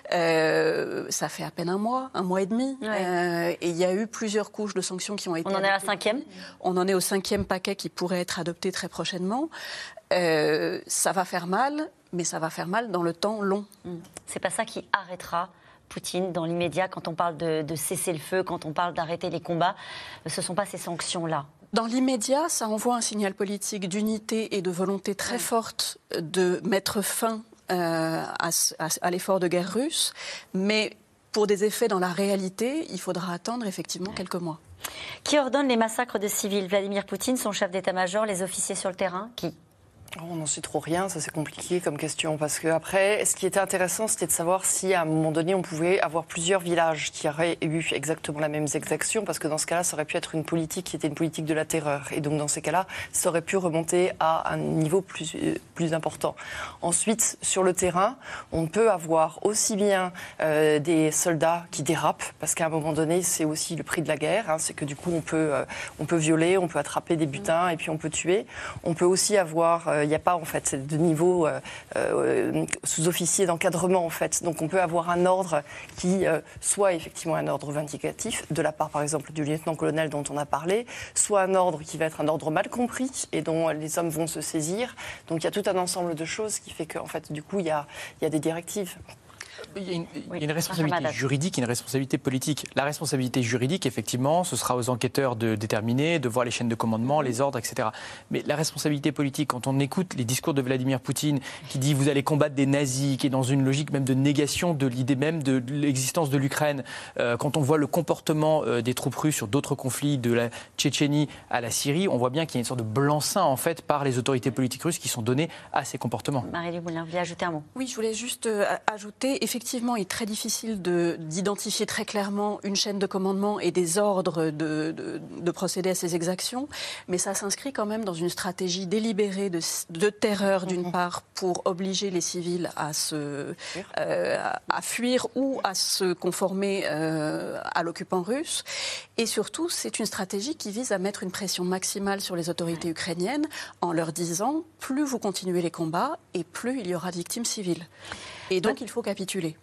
Euh, ça fait à peine un mois, un mois et demi. Ouais. Euh, et il y a eu plusieurs couches de sanctions qui ont été On en adoptées. est à la cinquième On en est au cinquième paquet qui pourrait être adopté très prochainement. Euh, ça va faire mal, mais ça va faire mal dans le temps long. Mmh. C'est pas ça qui arrêtera Poutine dans l'immédiat quand on parle de, de cesser le feu, quand on parle d'arrêter les combats. Ce ne sont pas ces sanctions-là. Dans l'immédiat, ça envoie un signal politique d'unité et de volonté très forte de mettre fin euh, à, à, à l'effort de guerre russe. Mais pour des effets dans la réalité, il faudra attendre effectivement quelques mois. Qui ordonne les massacres de civils? Vladimir Poutine, son chef d'état-major, les officiers sur le terrain? Qui? Oh, on n'en sait trop rien, ça c'est compliqué comme question, parce que après, ce qui était intéressant, c'était de savoir si à un moment donné, on pouvait avoir plusieurs villages qui auraient eu exactement la même exaction, parce que dans ce cas-là, ça aurait pu être une politique qui était une politique de la terreur, et donc dans ces cas-là, ça aurait pu remonter à un niveau plus, euh, plus important. Ensuite, sur le terrain, on peut avoir aussi bien euh, des soldats qui dérapent, parce qu'à un moment donné, c'est aussi le prix de la guerre, hein, c'est que du coup, on peut, euh, on peut violer, on peut attraper des butins, et puis on peut tuer. On peut aussi avoir... Euh, il n'y a pas en fait de niveau euh, euh, sous-officier d'encadrement en fait. Donc on peut avoir un ordre qui euh, soit effectivement un ordre vindicatif de la part par exemple du lieutenant-colonel dont on a parlé, soit un ordre qui va être un ordre mal compris et dont les hommes vont se saisir. Donc il y a tout un ensemble de choses qui fait qu'en fait du coup il y a, il y a des directives. Il y a une, il y a une responsabilité juridique et une responsabilité politique. La responsabilité juridique, effectivement, ce sera aux enquêteurs de déterminer, de voir les chaînes de commandement, les ordres, et cetera. Mais la responsabilité politique, quand on écoute les discours de Vladimir Poutine, qui dit vous allez combattre des nazis, qui est dans une logique même de négation de l'idée même de l'existence de l'Ukraine, euh, quand on voit le comportement euh, des troupes russes sur d'autres conflits, de la Tchétchénie à la Syrie, on voit bien qu'il y a une sorte de blanc-seing en fait par les autorités politiques russes qui sont données à ces comportements. Marie Dumoulin, vous voulez ajouter un mot? Oui, je voulais juste euh, ajouter, effectivement, il est très difficile de, d'identifier très clairement une chaîne de commandement et des ordres de, de, de procéder à ces exactions, mais ça s'inscrit quand même dans une stratégie délibérée de, de terreur, d'une part, pour obliger les civils à, se, euh, à, à fuir ou à se conformer euh, à l'occupant russe. Et surtout, c'est une stratégie qui vise à mettre une pression maximale sur les autorités ukrainiennes en leur disant « plus vous continuez les combats et plus il y aura de victimes civiles ». Et donc, il faut capituler.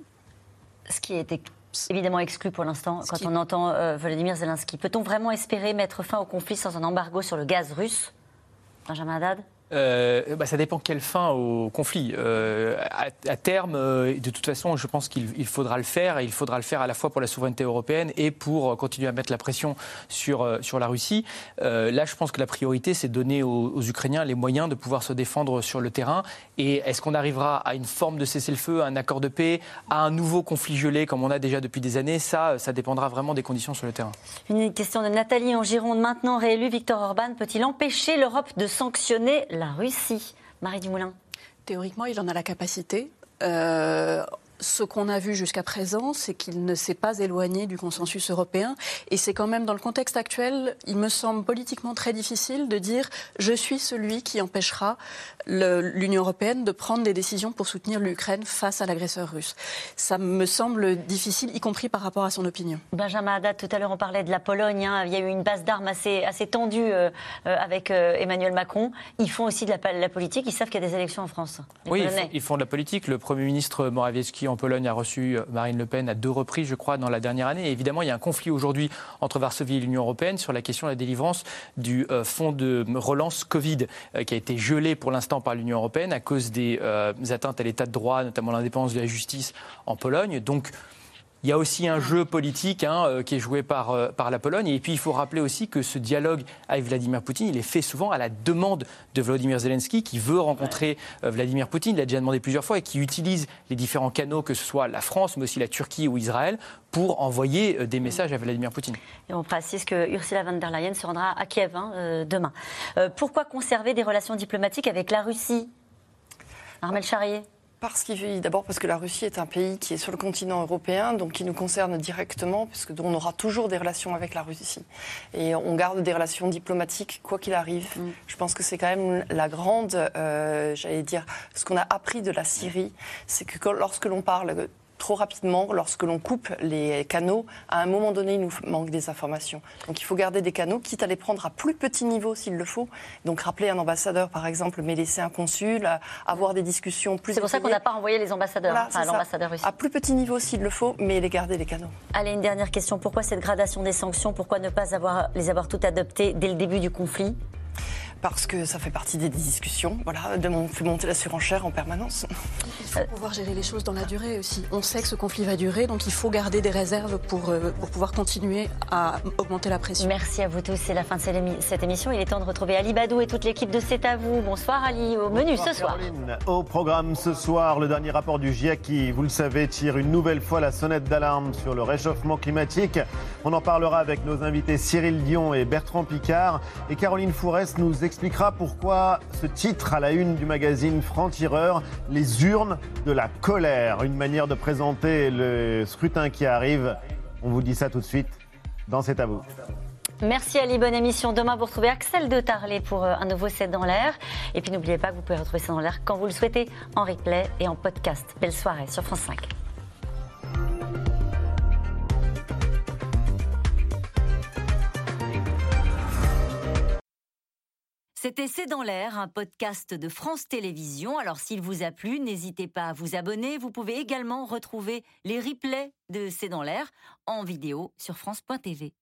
Ce qui est évidemment exclu pour l'instant quand on entend euh, Volodymyr Zelensky. Peut-on vraiment espérer mettre fin au conflit sans un embargo sur le gaz russe? Benjamin Haddad? Euh, bah, ça dépend quelle fin au conflit. Euh, à, à terme, euh, de toute façon, je pense qu'il il faudra le faire, et il faudra le faire à la fois pour la souveraineté européenne et pour continuer à mettre la pression sur, euh, sur la Russie. Euh, là, je pense que la priorité, c'est de donner aux, aux Ukrainiens les moyens de pouvoir se défendre sur le terrain. Et est-ce qu'on arrivera à une forme de cessez-le-feu, à un accord de paix, à un nouveau conflit gelé comme on a déjà depuis des années? Ça, ça dépendra vraiment des conditions sur le terrain. Une question de Nathalie en Gironde. Maintenant réélu, Viktor Orban peut-il empêcher l'Europe de sanctionner la Russie? Marie Dumoulin. Théoriquement, il en a la capacité. Euh, ce qu'on a vu jusqu'à présent, c'est qu'il ne s'est pas éloigné du consensus européen. Et c'est quand même, dans le contexte actuel, il me semble politiquement très difficile de dire « je suis celui qui empêchera le, l'Union européenne de prendre des décisions pour soutenir l'Ukraine face à l'agresseur russe ». Ça me semble difficile, y compris par rapport à son opinion. Benjamin Haddad, tout à l'heure on parlait de la Pologne. Hein. Il y a eu une base d'armes assez, assez tendue euh, euh, avec euh, Emmanuel Macron. Ils font aussi de la, la politique. Ils savent qu'il y a des élections en France. Oui, ils font, ils font de la politique. Le Premier ministre Morawiecki en Pologne a reçu Marine Le Pen à deux reprises, je crois, dans la dernière année. Et évidemment, il y a un conflit aujourd'hui entre Varsovie et l'Union européenne sur la question de la délivrance du euh, fonds de relance Covid, euh, qui a été gelé pour l'instant par l'Union européenne à cause des euh, atteintes à l'état de droit, notamment l'indépendance de la justice en Pologne. Donc, il y a aussi un jeu politique hein, qui est joué par, euh, par la Pologne. Et puis, il faut rappeler aussi que ce dialogue avec Vladimir Poutine, il est fait souvent à la demande de Volodymyr Zelensky, qui veut rencontrer euh, Vladimir Poutine. Il l'a déjà demandé plusieurs fois et qui utilise les différents canaux, que ce soit la France, mais aussi la Turquie ou Israël, pour envoyer euh, des messages à Vladimir Poutine. Et on précise que Ursula von der Leyen se rendra à Kiev hein, euh, demain. Euh, pourquoi conserver des relations diplomatiques avec la Russie? Armel Charrier. Parce qu'il, d'abord parce que la Russie est un pays qui est sur le continent européen, donc qui nous concerne directement, puisque on aura toujours des relations avec la Russie. Et on garde des relations diplomatiques, quoi qu'il arrive. Mm. Je pense que c'est quand même la grande, euh, j'allais dire, ce qu'on a appris de la Syrie, c'est que quand, lorsque l'on parle trop rapidement, lorsque l'on coupe les canaux, à un moment donné, il nous manque des informations. Donc il faut garder des canaux, quitte à les prendre à plus petit niveau s'il le faut. Donc rappeler un ambassadeur, par exemple, mais laisser un consul, avoir des discussions plus... C'est pour ça qu'on n'a pas envoyé les ambassadeurs, voilà, enfin, l'ambassadeur russe. À plus petit niveau s'il le faut, mais les garder les canaux. Allez, une dernière question. Pourquoi cette gradation des sanctions ? Pourquoi ne pas avoir, les avoir toutes adoptées dès le début du conflit ? Parce que ça fait partie des discussions, voilà, de mon, fait monter la surenchère en permanence. Il faut pouvoir gérer les choses dans la durée aussi. On sait que ce conflit va durer, donc il faut garder des réserves pour, euh, pour pouvoir continuer à augmenter la pression. Merci à vous tous, c'est la fin de cette émission. Il est temps de retrouver Ali Badou et toute l'équipe de C'est à vous. Bonsoir Ali, au menu Bonsoir, ce soir. Caroline. Au programme ce soir, le dernier rapport du G I E C qui, vous le savez, tire une nouvelle fois la sonnette d'alarme sur le réchauffement climatique. On en parlera avec nos invités Cyril Dion et Bertrand Piccard. Et Caroline Fourest nous expliquera pourquoi ce titre à la une du magazine Franc-Tireur, les urnes de la colère, une manière de présenter le scrutin qui arrive. On vous dit ça tout de suite dans C'est à vous. Merci Ali, bonne émission. Demain, vous retrouvez Axel de Tarlet pour un nouveau C'est dans l'air. Et puis n'oubliez pas que vous pouvez retrouver C'est dans l'air quand vous le souhaitez, en replay et en podcast. Belle soirée sur France cinq. C'était C'est dans l'air, un podcast de France Télévisions. Alors s'il vous a plu, n'hésitez pas à vous abonner. Vous pouvez également retrouver les replays de C'est dans l'air en vidéo sur France point T V.